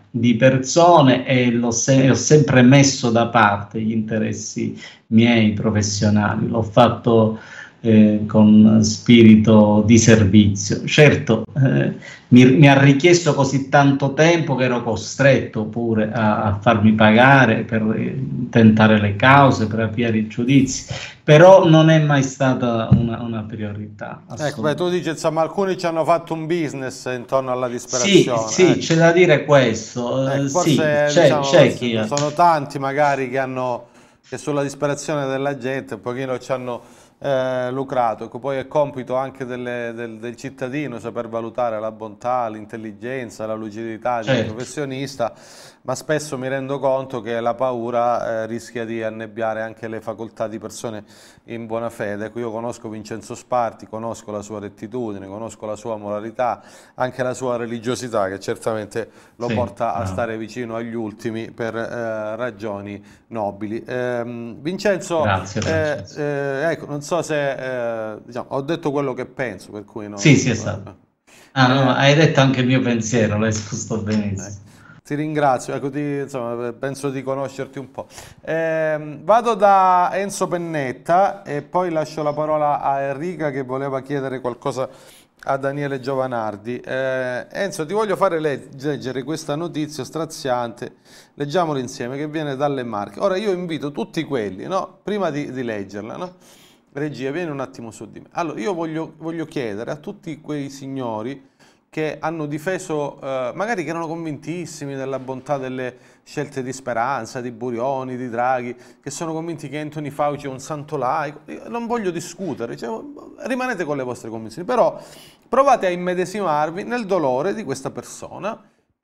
di persone e ho sempre messo da parte gli interessi miei professionali, l'ho fatto con spirito di servizio. Certo, mi ha richiesto così tanto tempo che ero costretto pure a farmi pagare per tentare le cause, per avviare i giudizi, però non è mai stata una priorità. Ecco, beh, tu dici, insomma, alcuni ci hanno fatto un business intorno alla disperazione. Sì, ecco. C'è da dire questo. Forse sì, c'è chi sono tanti magari che sulla disperazione della gente un pochino ci hanno lucrato. Ecco, poi è compito anche del cittadino saper valutare la bontà, l'intelligenza, la lucidità del professionista, ma spesso mi rendo conto che la paura rischia di annebbiare anche le facoltà di persone in buona fede. Ecco, io conosco Vincenzo Sparti, conosco la sua rettitudine, conosco la sua moralità, anche la sua religiosità, che certamente lo porta a stare vicino agli ultimi per ragioni nobili. Vincenzo, ecco, non so se diciamo, ho detto quello che penso, per cui no. Sì, è stato. No, hai detto anche il mio pensiero, l'hai esposto benissimo. Ti ringrazio, ecco, insomma, penso di conoscerti un po'. Vado da Enzo Pennetta e poi lascio la parola a Enrica che voleva chiedere qualcosa a Daniele Giovanardi. Enzo, ti voglio fare leggere questa notizia straziante, leggiamola insieme, che viene dalle Marche. Ora io invito tutti quelli, no? Prima di leggerla, no? Regia, vieni un attimo su di me. Allora, io voglio chiedere a tutti quei signori che hanno difeso, magari che erano convintissimi della bontà delle scelte di Speranza, di Burioni, di Draghi, che sono convinti che Anthony Fauci è un santo laico. Io non voglio discutere, cioè, rimanete con le vostre convinzioni, però provate a immedesimarvi nel dolore di questa persona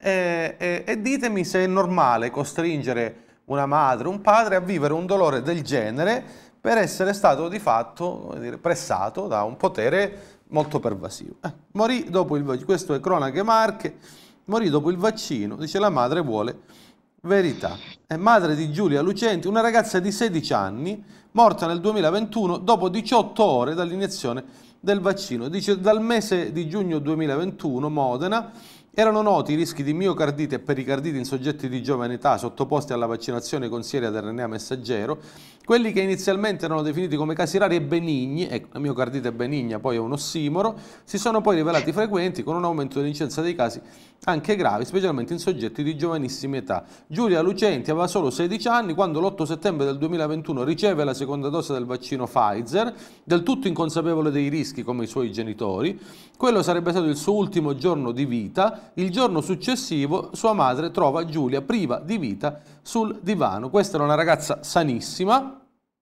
e ditemi se è normale costringere una madre, un padre a vivere un dolore del genere per essere stato di fatto, come dire, pressato da un potere molto pervasivo. Morì dopo il vaccino, questo è Cronache Marche, morì dopo il vaccino, dice la madre vuole verità. È madre di Giulia Lucenti, una ragazza di 16 anni, morta nel 2021 dopo 18 ore dall'iniezione del vaccino. Dice dal mese di giugno 2021, Modena, erano noti i rischi di miocardite e pericardite in soggetti di giovane età sottoposti alla vaccinazione con sieri ad RNA messaggero. Quelli che inizialmente erano definiti come casi rari e benigni, ecco, la miocardite benigna poi è un ossimoro, si sono poi rivelati frequenti con un aumento dell'incidenza dei casi anche gravi, specialmente in soggetti di giovanissima età. Giulia Lucenti aveva solo 16 anni quando l'8 settembre del 2021 riceve la seconda dose del vaccino Pfizer, del tutto inconsapevole dei rischi come i suoi genitori. Quello sarebbe stato il suo ultimo giorno di vita. Il giorno successivo sua madre trova Giulia priva di vita sul divano. Questa era una ragazza sanissima,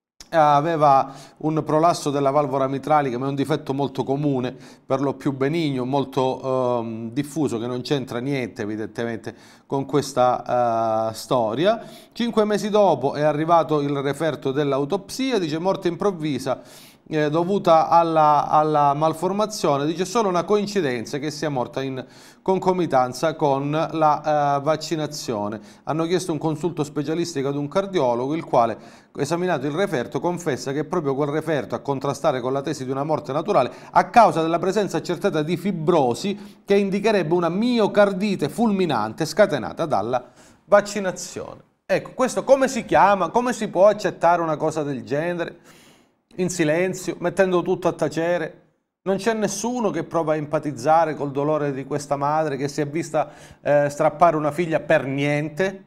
aveva un prolasso della valvola mitralica, ma è un difetto molto comune, per lo più benigno, molto diffuso, che non c'entra niente evidentemente con questa storia. 5 mesi dopo è arrivato il referto dell'autopsia, dice morte improvvisa dovuta alla malformazione, dice solo una coincidenza che sia morta in concomitanza con la vaccinazione. Hanno chiesto un consulto specialistico ad un cardiologo, il quale, esaminato il referto, confessa che è proprio quel referto a contrastare con la tesi di una morte naturale a causa della presenza accertata di fibrosi che indicherebbe una miocardite fulminante scatenata dalla vaccinazione. Ecco, questo come si chiama? Come si può accettare una cosa del genere? In silenzio, mettendo tutto a tacere? Non c'è nessuno che prova a empatizzare col dolore di questa madre che si è vista strappare una figlia per niente?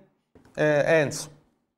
Enzo.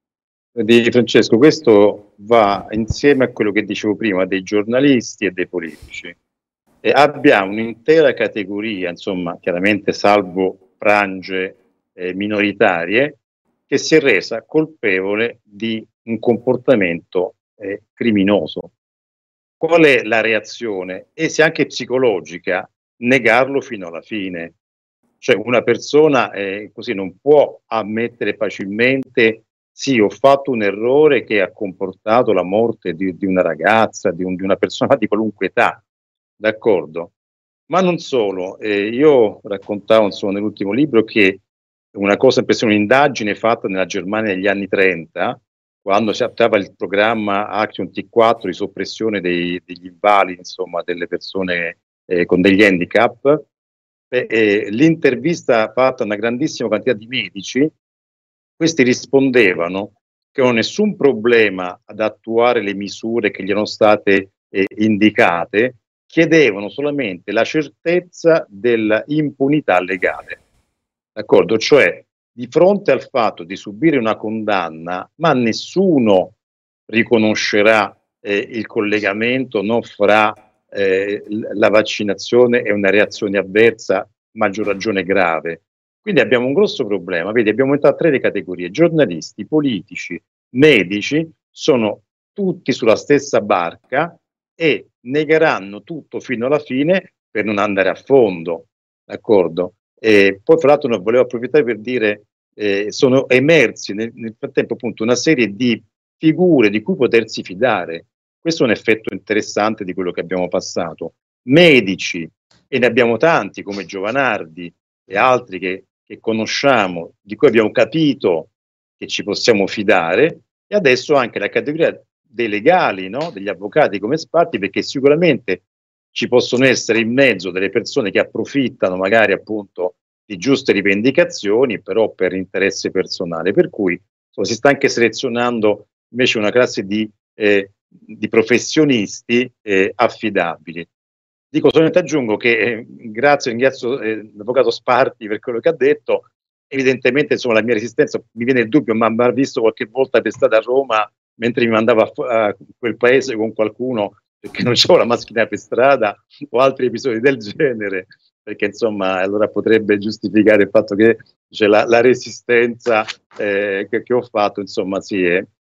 Di Francesco, questo va insieme a quello che dicevo prima dei giornalisti e dei politici. Abbiamo un'intera categoria, insomma, chiaramente salvo frange minoritarie, che si è resa colpevole di un comportamento criminoso. Qual è la reazione? E se anche psicologica, negarlo fino alla fine. Cioè una persona così non può ammettere facilmente sì, ho fatto un errore che ha comportato la morte di una ragazza, di una persona di qualunque età, d'accordo? Ma non solo, io raccontavo insomma nell'ultimo libro che una cosa, un'indagine fatta nella Germania negli anni 30, quando si attuava il programma Action T4 di soppressione degli invalidi, insomma, delle persone con degli handicap, l'intervista fatta a una grandissima quantità di medici, questi rispondevano che non ho nessun problema ad attuare le misure che gli erano state indicate, chiedevano solamente la certezza dell'impunità legale. D'accordo? Cioè, di fronte al fatto di subire una condanna, ma nessuno riconoscerà il collegamento non fra la vaccinazione e una reazione avversa, maggior ragione grave. Quindi abbiamo un grosso problema. Vedi, abbiamo messo 3 le categorie: giornalisti, politici, medici, sono tutti sulla stessa barca e negheranno tutto fino alla fine per non andare a fondo, d'accordo? E poi, fra l'altro, non volevo approfittare per dire sono emersi nel frattempo appunto una serie di figure di cui potersi fidare. Questo è un effetto interessante di quello che abbiamo passato. Medici, e ne abbiamo tanti come Giovanardi e altri che conosciamo, di cui abbiamo capito che ci possiamo fidare, e adesso anche la categoria dei legali, no? Degli avvocati come Spatti, perché sicuramente ci possono essere in mezzo delle persone che approfittano magari appunto di giuste rivendicazioni, però per interesse personale, per cui si sta anche selezionando invece una classe di professionisti affidabili. Dico, solamente aggiungo che ringrazio l'avvocato Sparti per quello che ha detto. Evidentemente, insomma, la mia resistenza, mi viene il dubbio, ma ha visto qualche volta per strada a Roma mentre mi mandava a quel paese con qualcuno perché non c'avevo la mascherina per strada o altri episodi del genere, perché insomma allora potrebbe giustificare il fatto che la resistenza che ho fatto, insomma, sì,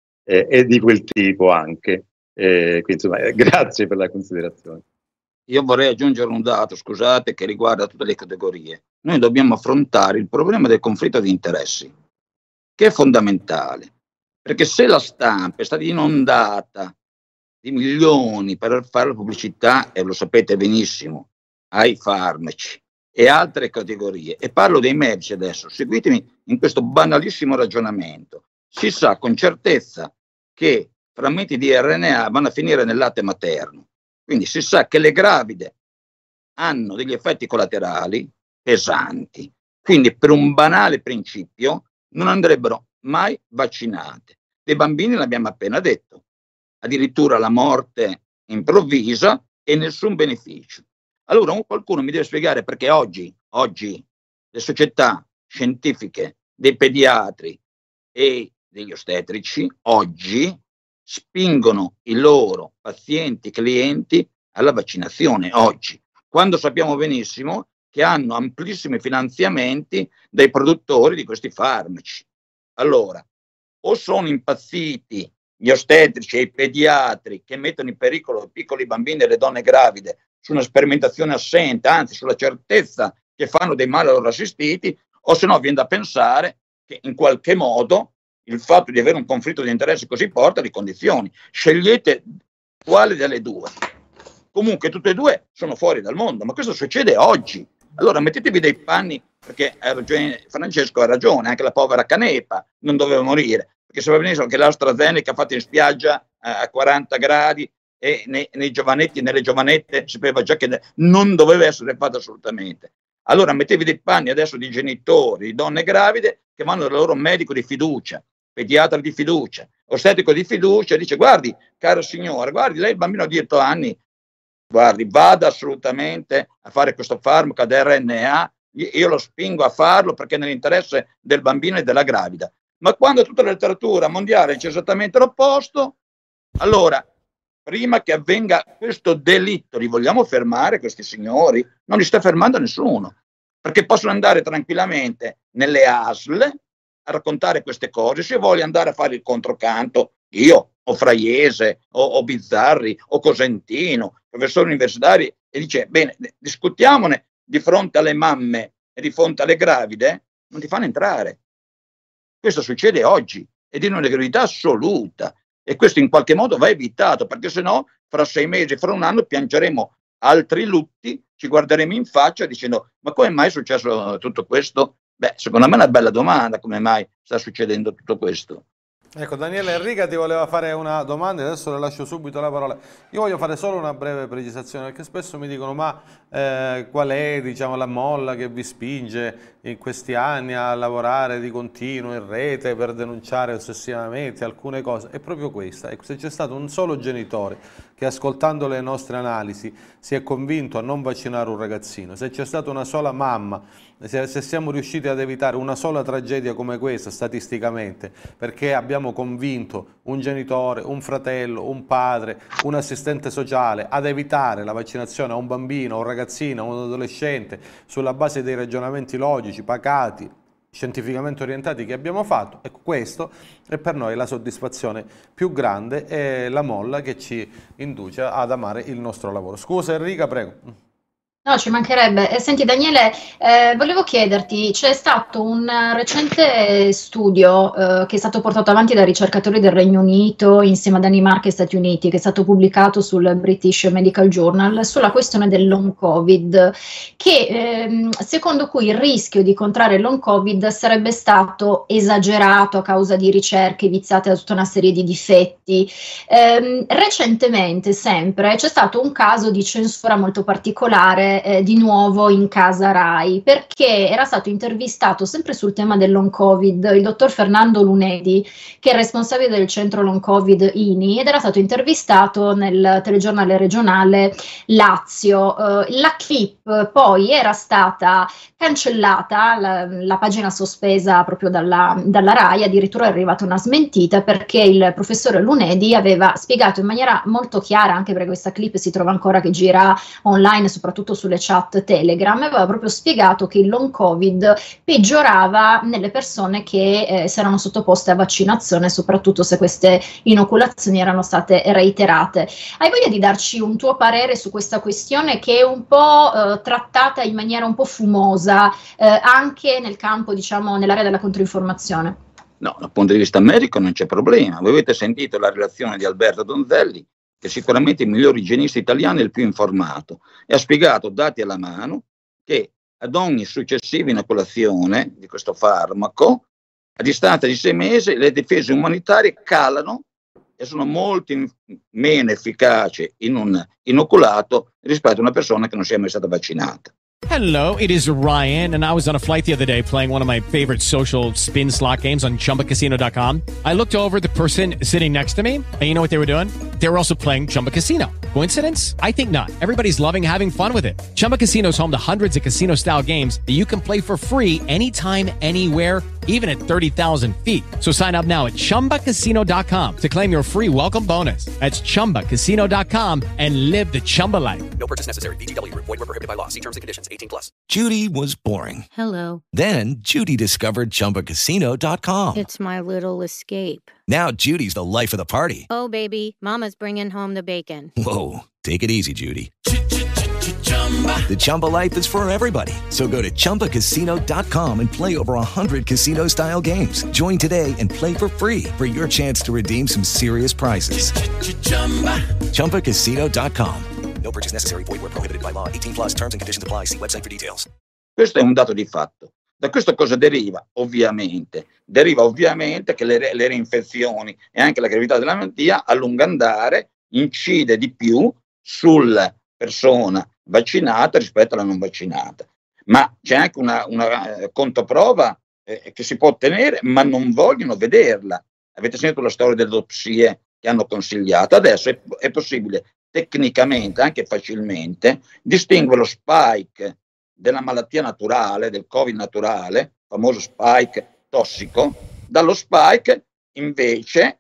è di quel tipo anche. Quindi, insomma, grazie per la considerazione. Io vorrei aggiungere un dato, scusate, che riguarda tutte le categorie. Noi dobbiamo affrontare il problema del conflitto di interessi, che è fondamentale, perché se la stampa è stata inondata di milioni per fare pubblicità, e lo sapete benissimo, ai farmaci e altre categorie, e parlo dei medici adesso, seguitemi in questo banalissimo ragionamento, si sa con certezza che frammenti di RNA vanno a finire nel latte materno. Quindi si sa che le gravide hanno degli effetti collaterali pesanti. Quindi per un banale principio non andrebbero mai vaccinate. Dei bambini l'abbiamo appena detto. Addirittura la morte improvvisa e nessun beneficio. Allora qualcuno mi deve spiegare perché oggi le società scientifiche dei pediatri e degli ostetrici oggi spingono i loro pazienti, clienti alla vaccinazione oggi, quando sappiamo benissimo che hanno amplissimi finanziamenti dai produttori di questi farmaci. Allora, o sono impazziti gli ostetrici e i pediatri che mettono in pericolo i piccoli bambini e le donne gravide su una sperimentazione assente, anzi sulla certezza che fanno dei mali ai loro assistiti, o se no viene da pensare che in qualche modo il fatto di avere un conflitto di interessi così porta di condizioni. Scegliete quale delle due. Comunque tutte e due sono fuori dal mondo, ma questo succede oggi. Allora mettetevi dei panni, perché Francesco ha ragione, anche la povera Canepa non doveva morire, perché sapeva benissimo che l'AstraZeneca fatta in spiaggia a 40 gradi e nei giovanetti e nelle giovanette sapeva già che non doveva essere fatta assolutamente. Allora mettevi dei panni adesso di genitori, di donne gravide che vanno dal loro medico di fiducia, pediatra di fiducia, ostetico di fiducia, e dice: guardi, cara signora, guardi, lei il bambino di 8 anni, guardi, vada assolutamente a fare questo farmaco ad RNA, io lo spingo a farlo perché è nell'interesse del bambino e della gravida. Ma quando tutta la letteratura mondiale dice esattamente l'opposto, allora, prima che avvenga questo delitto, li vogliamo fermare questi signori? Non li sta fermando nessuno, perché possono andare tranquillamente nelle ASL a raccontare queste cose. Se voglio andare a fare il controcanto, io o Fraiese o Bizzarri o Cosentino, professori universitari, e dice: bene, discutiamone di fronte alle mamme e di fronte alle gravide, non ti fanno entrare. Questo succede oggi ed è una gravità assoluta, e questo in qualche modo va evitato, perché sennò fra 6 mesi, fra un anno piangeremo altri lutti, ci guarderemo in faccia dicendo: ma come mai è successo tutto questo? Beh, secondo me è una bella domanda, come mai sta succedendo tutto questo. Ecco, Daniele Enrica ti voleva fare una domanda, adesso le lascio subito la parola. Io voglio fare solo una breve precisazione, perché spesso mi dicono ma qual è, diciamo, la molla che vi spinge in questi anni a lavorare di continuo in rete per denunciare ossessivamente alcune cose? È proprio questa. Ecco, se c'è stato un solo genitore che, ascoltando le nostre analisi, si è convinto a non vaccinare un ragazzino, se c'è stata una sola mamma, se siamo riusciti ad evitare una sola tragedia come questa statisticamente, perché abbiamo convinto un genitore, un fratello, un padre, un assistente sociale ad evitare la vaccinazione a un bambino, a un ragazzino, a un adolescente, sulla base dei ragionamenti logici, pacati, scientificamente orientati che abbiamo fatto, ecco, questo è per noi la soddisfazione più grande e la molla che ci induce ad amare il nostro lavoro. Scusa Enrica, prego. No, ci mancherebbe. Senti Daniele, volevo chiederti, c'è stato un recente studio che è stato portato avanti dai ricercatori del Regno Unito insieme a Danimarca e Stati Uniti, che è stato pubblicato sul British Medical Journal sulla questione del long covid, che secondo cui il rischio di contrarre il long covid sarebbe stato esagerato a causa di ricerche viziate da tutta una serie di difetti. Recentemente sempre c'è stato un caso di censura molto particolare di nuovo in casa Rai, perché era stato intervistato sempre sul tema del long covid il dottor Fernando Lunedi, che è responsabile del centro long covid INI, ed era stato intervistato nel telegiornale regionale Lazio. La clip poi era stata cancellata, la pagina sospesa proprio dalla Rai, addirittura è arrivata una smentita perché il professore Lunedi aveva spiegato in maniera molto chiara, anche perché questa clip si trova ancora, che gira online soprattutto sulle chat Telegram, aveva proprio spiegato che il long covid peggiorava nelle persone che si erano sottoposte a vaccinazione, soprattutto se queste inoculazioni erano state reiterate. Hai voglia di darci un tuo parere su questa questione, che è un po' trattata in maniera un po' fumosa anche nel campo, diciamo, nell'area della controinformazione? No, dal punto di vista medico non c'è problema. Voi avete sentito la relazione di Alberto Donzelli, che è sicuramente il miglior igienista italiano e il più informato, e ha spiegato, dati alla mano, che ad ogni successiva inoculazione di questo farmaco, a distanza di 6 mesi, le difese umanitarie calano e sono molto meno efficaci in un inoculato rispetto a una persona che non sia mai stata vaccinata. Hello, it is Ryan, and I was on a flight the other day playing one of my favorite social spin slot games on ChumbaCasino.com. I looked over at the person sitting next to me, and you know what they were doing? They were also playing Chumba Casino. Coincidence? I think not. Everybody's loving having fun with it. Chumba Casino is home to hundreds of casino-style games that you can play for free anytime, anywhere, even at 30,000 feet. So sign up now at ChumbaCasino.com to claim your free welcome bonus. That's ChumbaCasino.com and live the Chumba life. No purchase necessary. VGW. Void where prohibited by law. See terms and conditions. 18+. Judy was boring. Hello. Then Judy discovered ChumbaCasino.com. It's my little escape. Now Judy's the life of the party. Oh, baby, mama's bringing home the bacon. Whoa, take it easy, Judy. The Chumba life is for everybody. So go to ChumbaCasino.com and play over 100 casino-style games. Join today and play for free for your chance to redeem some serious prizes. ChumbaCasino.com. No purchase necessary. Void where prohibited by law. 18+. Terms and conditions apply. See website for details. Questo è un dato di fatto. Da questo cosa deriva? Ovviamente che le reinfezioni e anche la gravità della malattia a lungo andare incide di più sulla persona vaccinata rispetto alla non vaccinata. Ma c'è anche una controprova che si può ottenere, ma non vogliono vederla. Avete sentito la storia delle autopsie che hanno consigliato? Adesso è possibile tecnicamente, anche facilmente, distinguere lo spike della malattia naturale, del Covid naturale, famoso spike tossico, dallo spike invece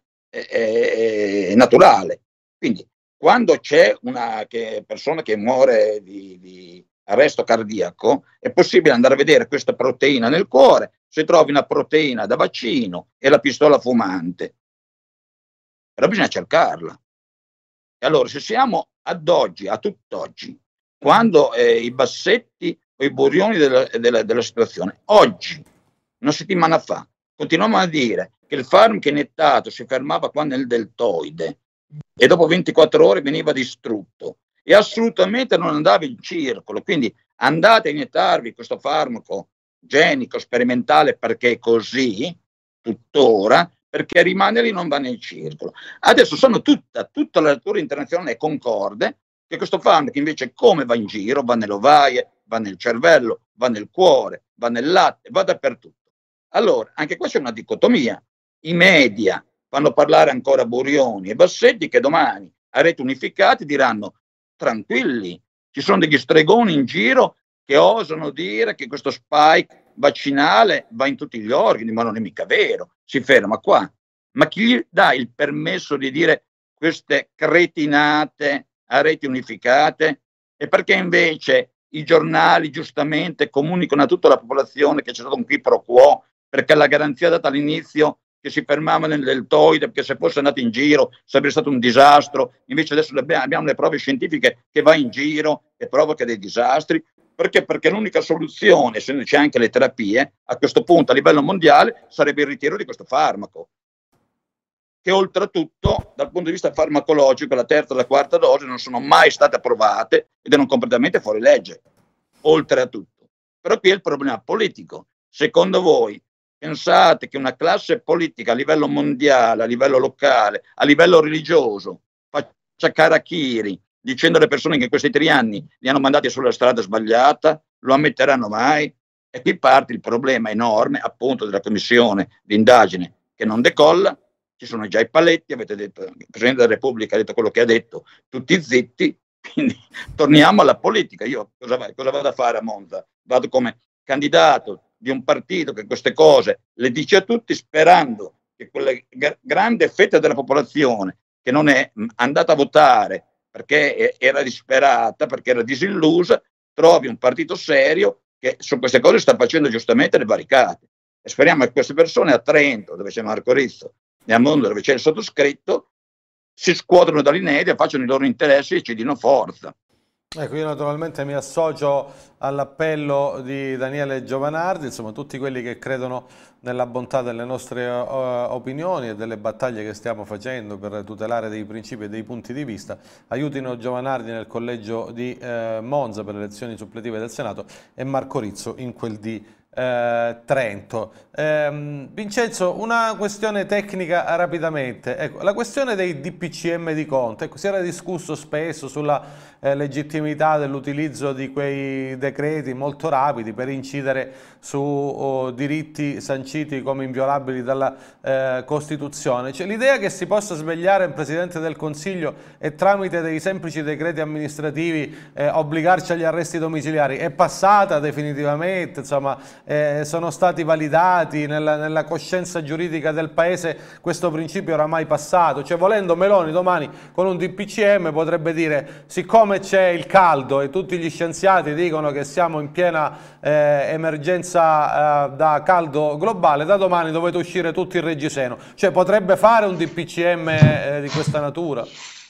naturale. Quindi quando c'è una persona che muore di arresto cardiaco, è possibile andare a vedere questa proteina nel cuore, se trovi una proteina da vaccino e la pistola fumante. Però bisogna cercarla. E allora, se siamo ad oggi, a tutt'oggi, quando i bassetti o i burrioni della situazione, oggi, una settimana fa, continuiamo a dire che il farmaco iniettato si fermava qua nel deltoide e dopo 24 ore veniva distrutto e assolutamente non andava in circolo. Quindi andate a iniettarvi questo farmaco genico sperimentale, perché è così tuttora, perché rimane lì, non va nel circolo. Adesso tutta la letteratura internazionale è concorde che questo farmaco invece come va in giro, va nelle ovaie, va nel cervello, va nel cuore, va nel latte, va dappertutto. Allora, anche qua c'è una dicotomia. I media fanno parlare ancora Burioni e Bassetti, che domani a Reti Unificate diranno tranquilli, ci sono degli stregoni in giro che osano dire che questo spike vaccinale va in tutti gli organi, ma non è mica vero, si ferma qua. Ma chi gli dà il permesso di dire queste cretinate a Reti Unificate? E perché invece i giornali giustamente comunicano a tutta la popolazione che c'è stato un qui pro quo, perché la garanzia data all'inizio che si fermava nel deltoide, perché se fosse andato in giro sarebbe stato un disastro, invece adesso abbiamo le prove scientifiche che va in giro e provoca dei disastri. Perché l'unica soluzione, essendo c'è anche le terapie, a questo punto a livello mondiale sarebbe il ritiro di questo farmaco, che oltretutto dal punto di vista farmacologico la terza e la quarta dose non sono mai state approvate ed erano completamente fuori legge, oltre a tutto. Però qui è il problema politico. Secondo voi pensate che una classe politica a livello mondiale, a livello locale, a livello religioso faccia karakiri dicendo alle persone che in questi 3 anni li hanno mandati sulla strada sbagliata? Lo ammetteranno mai? E qui parte il problema enorme appunto della commissione di indagine che non decolla. Ci sono già i paletti, avete detto, il Presidente della Repubblica ha detto quello che ha detto, tutti zitti, quindi torniamo alla politica. Io cosa vado a fare a Monza? Vado come candidato di un partito che queste cose le dice a tutti, sperando che quella grande fetta della popolazione che non è andata a votare perché era disperata, perché era disillusa, trovi un partito serio che su queste cose sta facendo giustamente le barricate. E speriamo che queste persone a Trento, dove c'è Marco Rizzo, e a Monza, dove c'è il sottoscritto, si scuotono dall'inedia, facciano i loro interessi e ci diano forza. Ecco, io naturalmente mi associo all'appello di Daniele Giovanardi, insomma tutti quelli che credono nella bontà delle nostre opinioni e delle battaglie che stiamo facendo per tutelare dei principi e dei punti di vista, aiutino Giovanardi nel collegio di Monza per le elezioni suppletive del Senato e Marco Rizzo in quel di Trento. Vincenzo, una questione tecnica rapidamente. Ecco, la questione dei DPCM di Conte, ecco, si era discusso spesso sulla legittimità dell'utilizzo di quei decreti molto rapidi per incidere su diritti sanciti come inviolabili dalla Costituzione. Cioè, l'idea che si possa svegliare il Presidente del Consiglio e tramite dei semplici decreti amministrativi obbligarci agli arresti domiciliari è passata definitivamente, insomma, sono stati validati nella coscienza giuridica del Paese, questo principio oramai passato. Cioè, volendo, Meloni domani con un DPCM potrebbe dire: siccome c'è il caldo e tutti gli scienziati dicono che siamo in piena emergenza da caldo globale, da domani dovete uscire tutti in reggiseno. Cioè, potrebbe fare un DPCM di questa natura?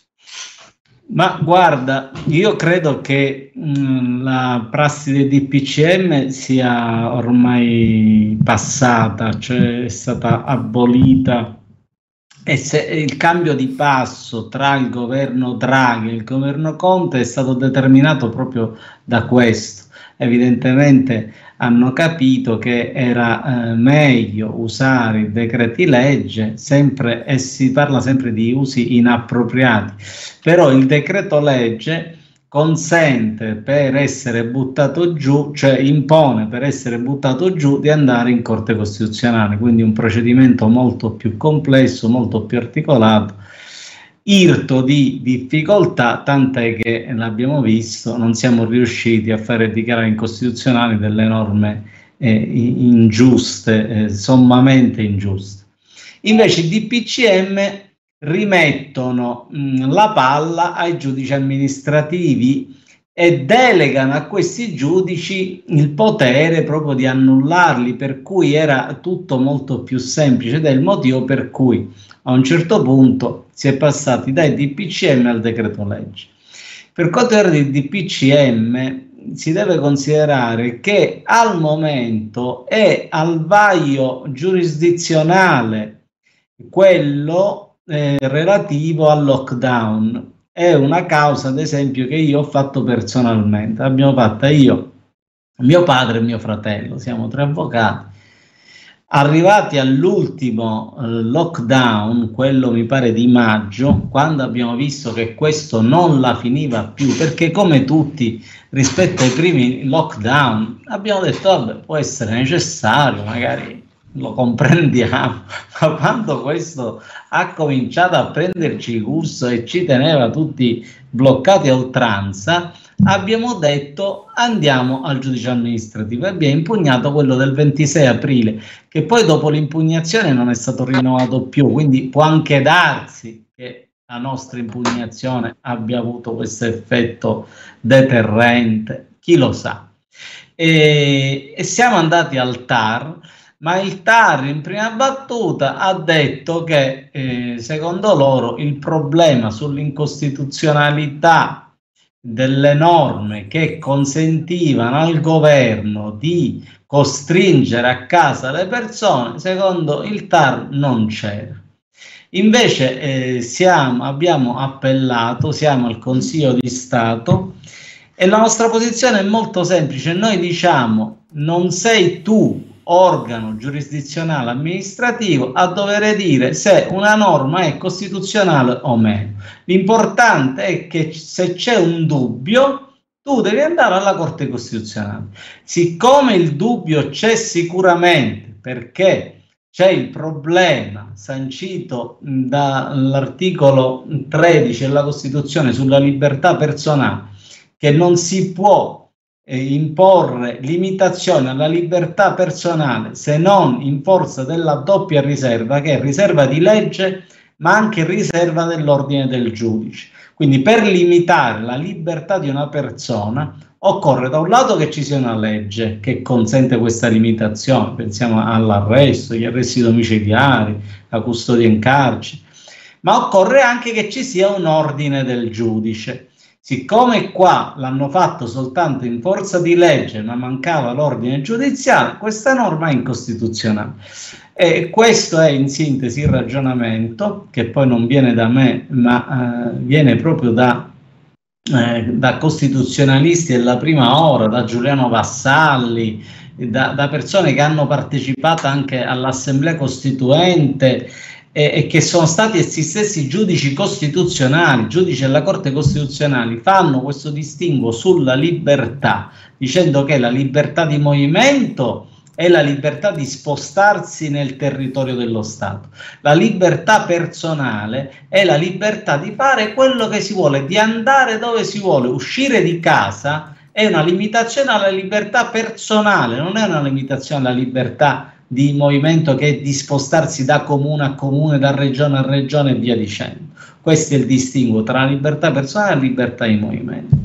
Ma guarda, io credo che la prassi del DPCM sia ormai passata, cioè è stata abolita, e se il cambio di passo tra il governo Draghi e il governo Conte è stato determinato proprio da questo. Evidentemente hanno capito che era meglio usare i decreti legge, sempre, e si parla sempre di usi inappropriati, però il decreto legge consente, per essere buttato giù, cioè impone per essere buttato giù di andare in Corte Costituzionale, quindi un procedimento molto più complesso, molto più articolato, irto di difficoltà, tant'è che l'abbiamo visto, non siamo riusciti a fare dichiarare incostituzionali delle norme ingiuste, sommamente ingiuste. Invece i DPCM rimettono la palla ai giudici amministrativi e delegano a questi giudici il potere proprio di annullarli, per cui era tutto molto più semplice, ed è il motivo per cui a un certo punto si è passati dai DPCM al decreto legge. Per quanto riguarda il DPCM, si deve considerare che al momento è al vaglio giurisdizionale quello relativo al lockdown. È una causa, ad esempio, che io ho fatto personalmente. L'abbiamo fatta io, mio padre e mio fratello, siamo 3 avvocati. Arrivati all'ultimo lockdown, quello mi pare di maggio, quando abbiamo visto che questo non la finiva più, perché come tutti rispetto ai primi lockdown abbiamo detto vabbè, può essere necessario, magari lo comprendiamo, ma quando questo ha cominciato a prenderci il gusto e ci teneva tutti bloccati a oltranza, abbiamo detto andiamo al giudice amministrativo e abbiamo impugnato quello del 26 aprile, che poi dopo l'impugnazione non è stato rinnovato più, quindi può anche darsi che la nostra impugnazione abbia avuto questo effetto deterrente, chi lo sa. E siamo andati al TAR, ma il TAR in prima battuta ha detto che secondo loro il problema sull'incostituzionalità delle norme che consentivano al governo di costringere a casa le persone, secondo il TAR non c'era. Invece abbiamo appellato, siamo al Consiglio di Stato e la nostra posizione è molto semplice. Noi diciamo: non sei tu, organo giurisdizionale amministrativo, a dover dire se una norma è costituzionale o meno. L'importante è che se c'è un dubbio tu devi andare alla Corte Costituzionale. Siccome il dubbio c'è sicuramente, perché c'è il problema sancito dall'articolo 13 della Costituzione sulla libertà personale, che non si può imporre limitazioni alla libertà personale se non in forza della doppia riserva, che è riserva di legge ma anche riserva dell'ordine del giudice. Quindi per limitare la libertà di una persona occorre da un lato che ci sia una legge che consente questa limitazione, pensiamo all'arresto, agli arresti domiciliari, la custodia in carcere, ma occorre anche che ci sia un ordine del giudice. Siccome qua l'hanno fatto soltanto in forza di legge ma mancava l'ordine giudiziale, questa norma è incostituzionale. E questo è in sintesi il ragionamento, che poi non viene da me ma viene proprio da costituzionalisti della prima ora, da Giuliano Vassalli, da persone che hanno partecipato anche all'Assemblea Costituente e che sono stati essi stessi giudici costituzionali, giudici della Corte Costituzionale, fanno questo distinguo sulla libertà, dicendo che la libertà di movimento è la libertà di spostarsi nel territorio dello Stato. La libertà personale è la libertà di fare quello che si vuole, di andare dove si vuole. Uscire di casa è una limitazione alla libertà personale, non è una limitazione alla libertà di movimento, che è di spostarsi da comune a comune, da regione a regione e via dicendo. Questo è il distinguo tra la libertà personale e la libertà di movimento.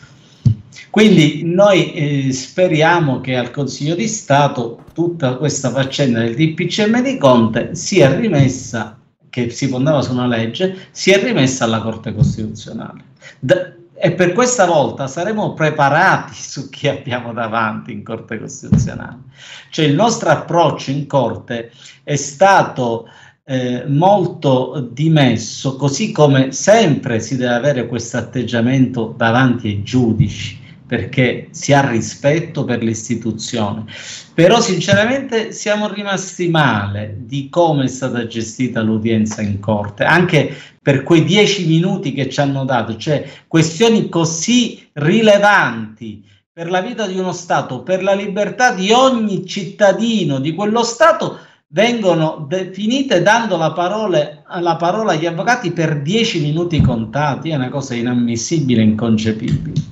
Quindi noi speriamo che al Consiglio di Stato tutta questa faccenda del DPCM di Conte sia rimessa, che si fondava su una legge, sia rimessa alla Corte Costituzionale. E per questa volta saremo preparati su chi abbiamo davanti in Corte Costituzionale. Cioè il nostro approccio in Corte è stato molto dimesso, così come sempre si deve avere questo atteggiamento davanti ai giudici, perché si ha rispetto per l'istituzione. Però sinceramente siamo rimasti male di come è stata gestita l'udienza in Corte, anche per quei 10 minuti che ci hanno dato, cioè questioni così rilevanti per la vita di uno Stato, per la libertà di ogni cittadino di quello Stato, vengono definite dando la parola agli avvocati per 10 minuti contati. È una cosa inammissibile e inconcepibile.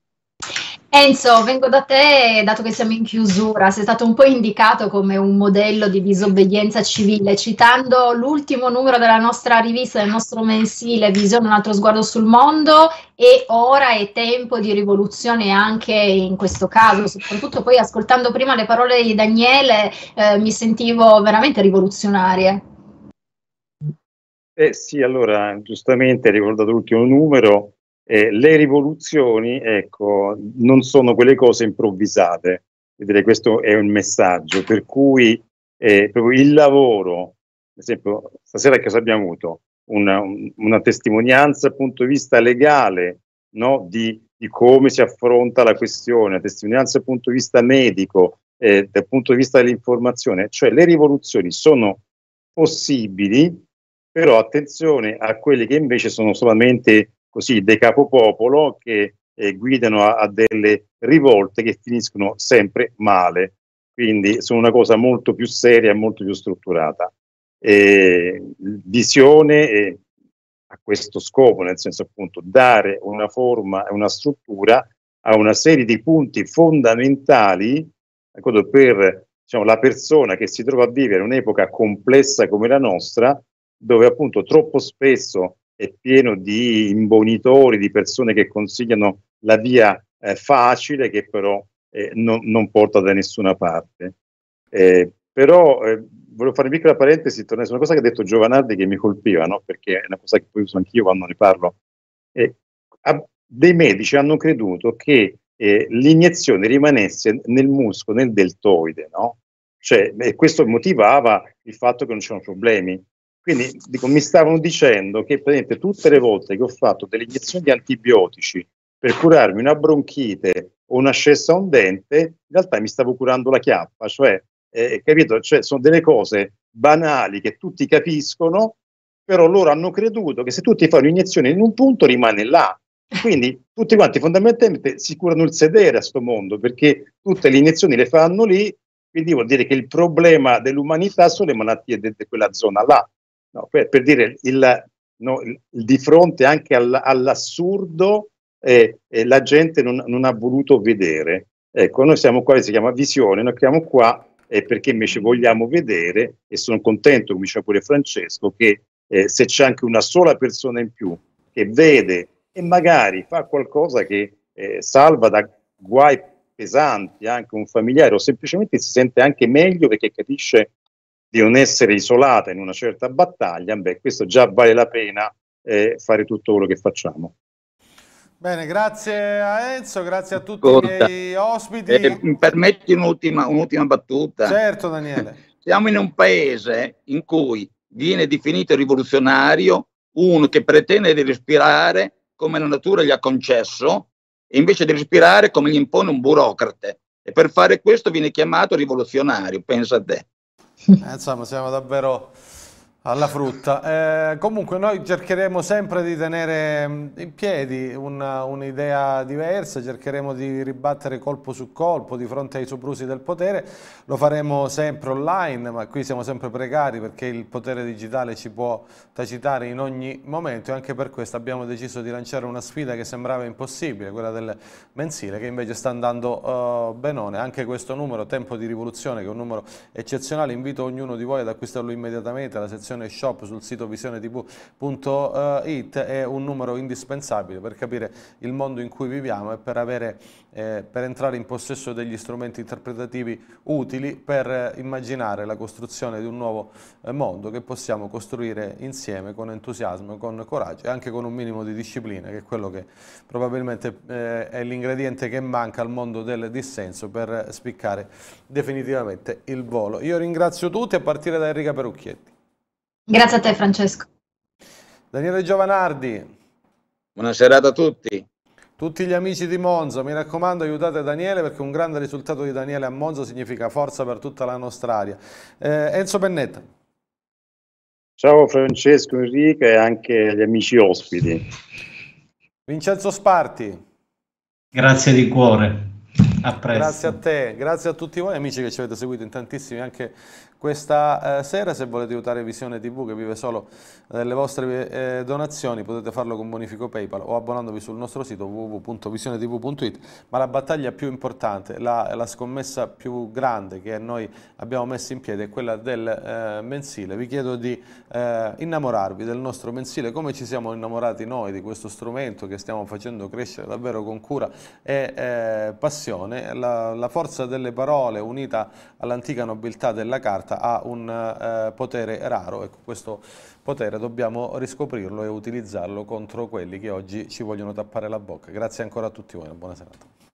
Enzo, vengo da te, dato che siamo in chiusura, sei stato un po' indicato come un modello di disobbedienza civile, citando l'ultimo numero della nostra rivista, del nostro mensile Visione, un altro sguardo sul mondo, e ora è tempo di rivoluzione anche in questo caso, soprattutto poi ascoltando prima le parole di Daniele mi sentivo veramente rivoluzionaria. Sì, allora, giustamente hai ricordato l'ultimo numero. Le rivoluzioni, ecco, non sono quelle cose improvvisate. Vedete, questo è un messaggio, per cui proprio il lavoro, ad esempio, stasera che abbiamo avuto una testimonianza dal punto di vista legale, no? di come si affronta la questione, una testimonianza dal punto di vista medico, dal punto di vista dell'informazione, cioè le rivoluzioni sono possibili, però attenzione a quelli che invece sono solamente così dei capopopolo che guidano a delle rivolte che finiscono sempre male, quindi sono una cosa molto più seria e molto più strutturata. Visione a questo scopo, nel senso appunto dare una forma e una struttura a una serie di punti fondamentali, ecco, per, diciamo, la persona che si trova a vivere un'epoca complessa come la nostra, dove appunto troppo spesso è pieno di imbonitori, di persone che consigliano la via facile, che però non porta da nessuna parte. Però volevo fare una piccola parentesi, tornare su una cosa che ha detto Giovanardi che mi colpiva, no? Perché è una cosa che poi uso anch'io quando ne parlo. Dei medici hanno creduto che l'iniezione rimanesse nel muscolo, nel deltoide, no? Cioè, questo motivava il fatto che non c'erano problemi. Quindi dico, mi stavano dicendo che praticamente tutte le volte che ho fatto delle iniezioni di antibiotici per curarmi una bronchite o un ascesso a un dente, in realtà mi stavo curando la chiappa, cioè, capito? Cioè, sono delle cose banali che tutti capiscono, però loro hanno creduto che se tu ti fai un'iniezione in un punto rimane là. Quindi tutti quanti fondamentalmente si curano il sedere a sto mondo, perché tutte le iniezioni le fanno lì, quindi vuol dire che il problema dell'umanità sono le malattie di quella zona là. No, per dire il di fronte anche all'assurdo la gente non ha voluto vedere. Ecco, noi siamo qua, si chiama visione, noi siamo qua perché invece vogliamo vedere, e sono contento, come diceva pure Francesco, che se c'è anche una sola persona in più che vede e magari fa qualcosa che salva da guai pesanti anche un familiare, o semplicemente si sente anche meglio perché capisce di non essere isolata in una certa battaglia, beh, questo già vale la pena fare tutto quello che facciamo. Bene, grazie a Enzo, grazie a tutti i miei ospiti. Mi permetti un'ultima battuta? Certo, Daniele. Siamo in un paese in cui viene definito rivoluzionario uno che pretende di respirare come la natura gli ha concesso, e invece di respirare come gli impone un burocrate. E per fare questo viene chiamato rivoluzionario, pensa a te. Insomma, siamo davvero alla frutta. Comunque noi cercheremo sempre di tenere in piedi un'idea diversa, cercheremo di ribattere colpo su colpo di fronte ai soprusi del potere. Lo faremo sempre online, ma qui siamo sempre precari perché il potere digitale ci può tacitare in ogni momento, e anche per questo abbiamo deciso di lanciare una sfida che sembrava impossibile, quella del mensile, che invece sta andando benone. Anche questo numero, Tempo di Rivoluzione, che è un numero eccezionale, invito ognuno di voi ad acquistarlo immediatamente alla sezione shop sul sito visionetv.it. È un numero indispensabile per capire il mondo in cui viviamo e per entrare in possesso degli strumenti interpretativi utili per immaginare la costruzione di un nuovo mondo che possiamo costruire insieme con entusiasmo, con coraggio e anche con un minimo di disciplina, che è quello che probabilmente è l'ingrediente che manca al mondo del dissenso per spiccare definitivamente il volo. Io ringrazio tutti, a partire da Enrica Perucchietti. Grazie a te, Francesco. Daniele Giovanardi. Buona serata a tutti. Tutti gli amici di Monza, mi raccomando, aiutate Daniele, perché un grande risultato di Daniele a Monza significa forza per tutta la nostra area. Enzo Pennetta. Ciao Francesco, Enrica e anche agli amici ospiti. Vincenzo Sparti. Grazie di cuore. A presto. Grazie a te, grazie a tutti voi amici che ci avete seguito in tantissimi anche questa sera. Se volete aiutare Visione TV, che vive solo delle vostre donazioni, potete farlo con bonifico PayPal o abbonandovi sul nostro sito www.visionetv.it. Ma la battaglia più importante, la scommessa più grande che noi abbiamo messo in piedi è quella del mensile. Vi chiedo di innamorarvi del nostro mensile come ci siamo innamorati noi di questo strumento che stiamo facendo crescere davvero con cura e passione. La forza delle parole unita all'antica nobiltà della carta ha un potere raro, e questo potere dobbiamo riscoprirlo e utilizzarlo contro quelli che oggi ci vogliono tappare la bocca. Grazie ancora a tutti voi, una buona serata.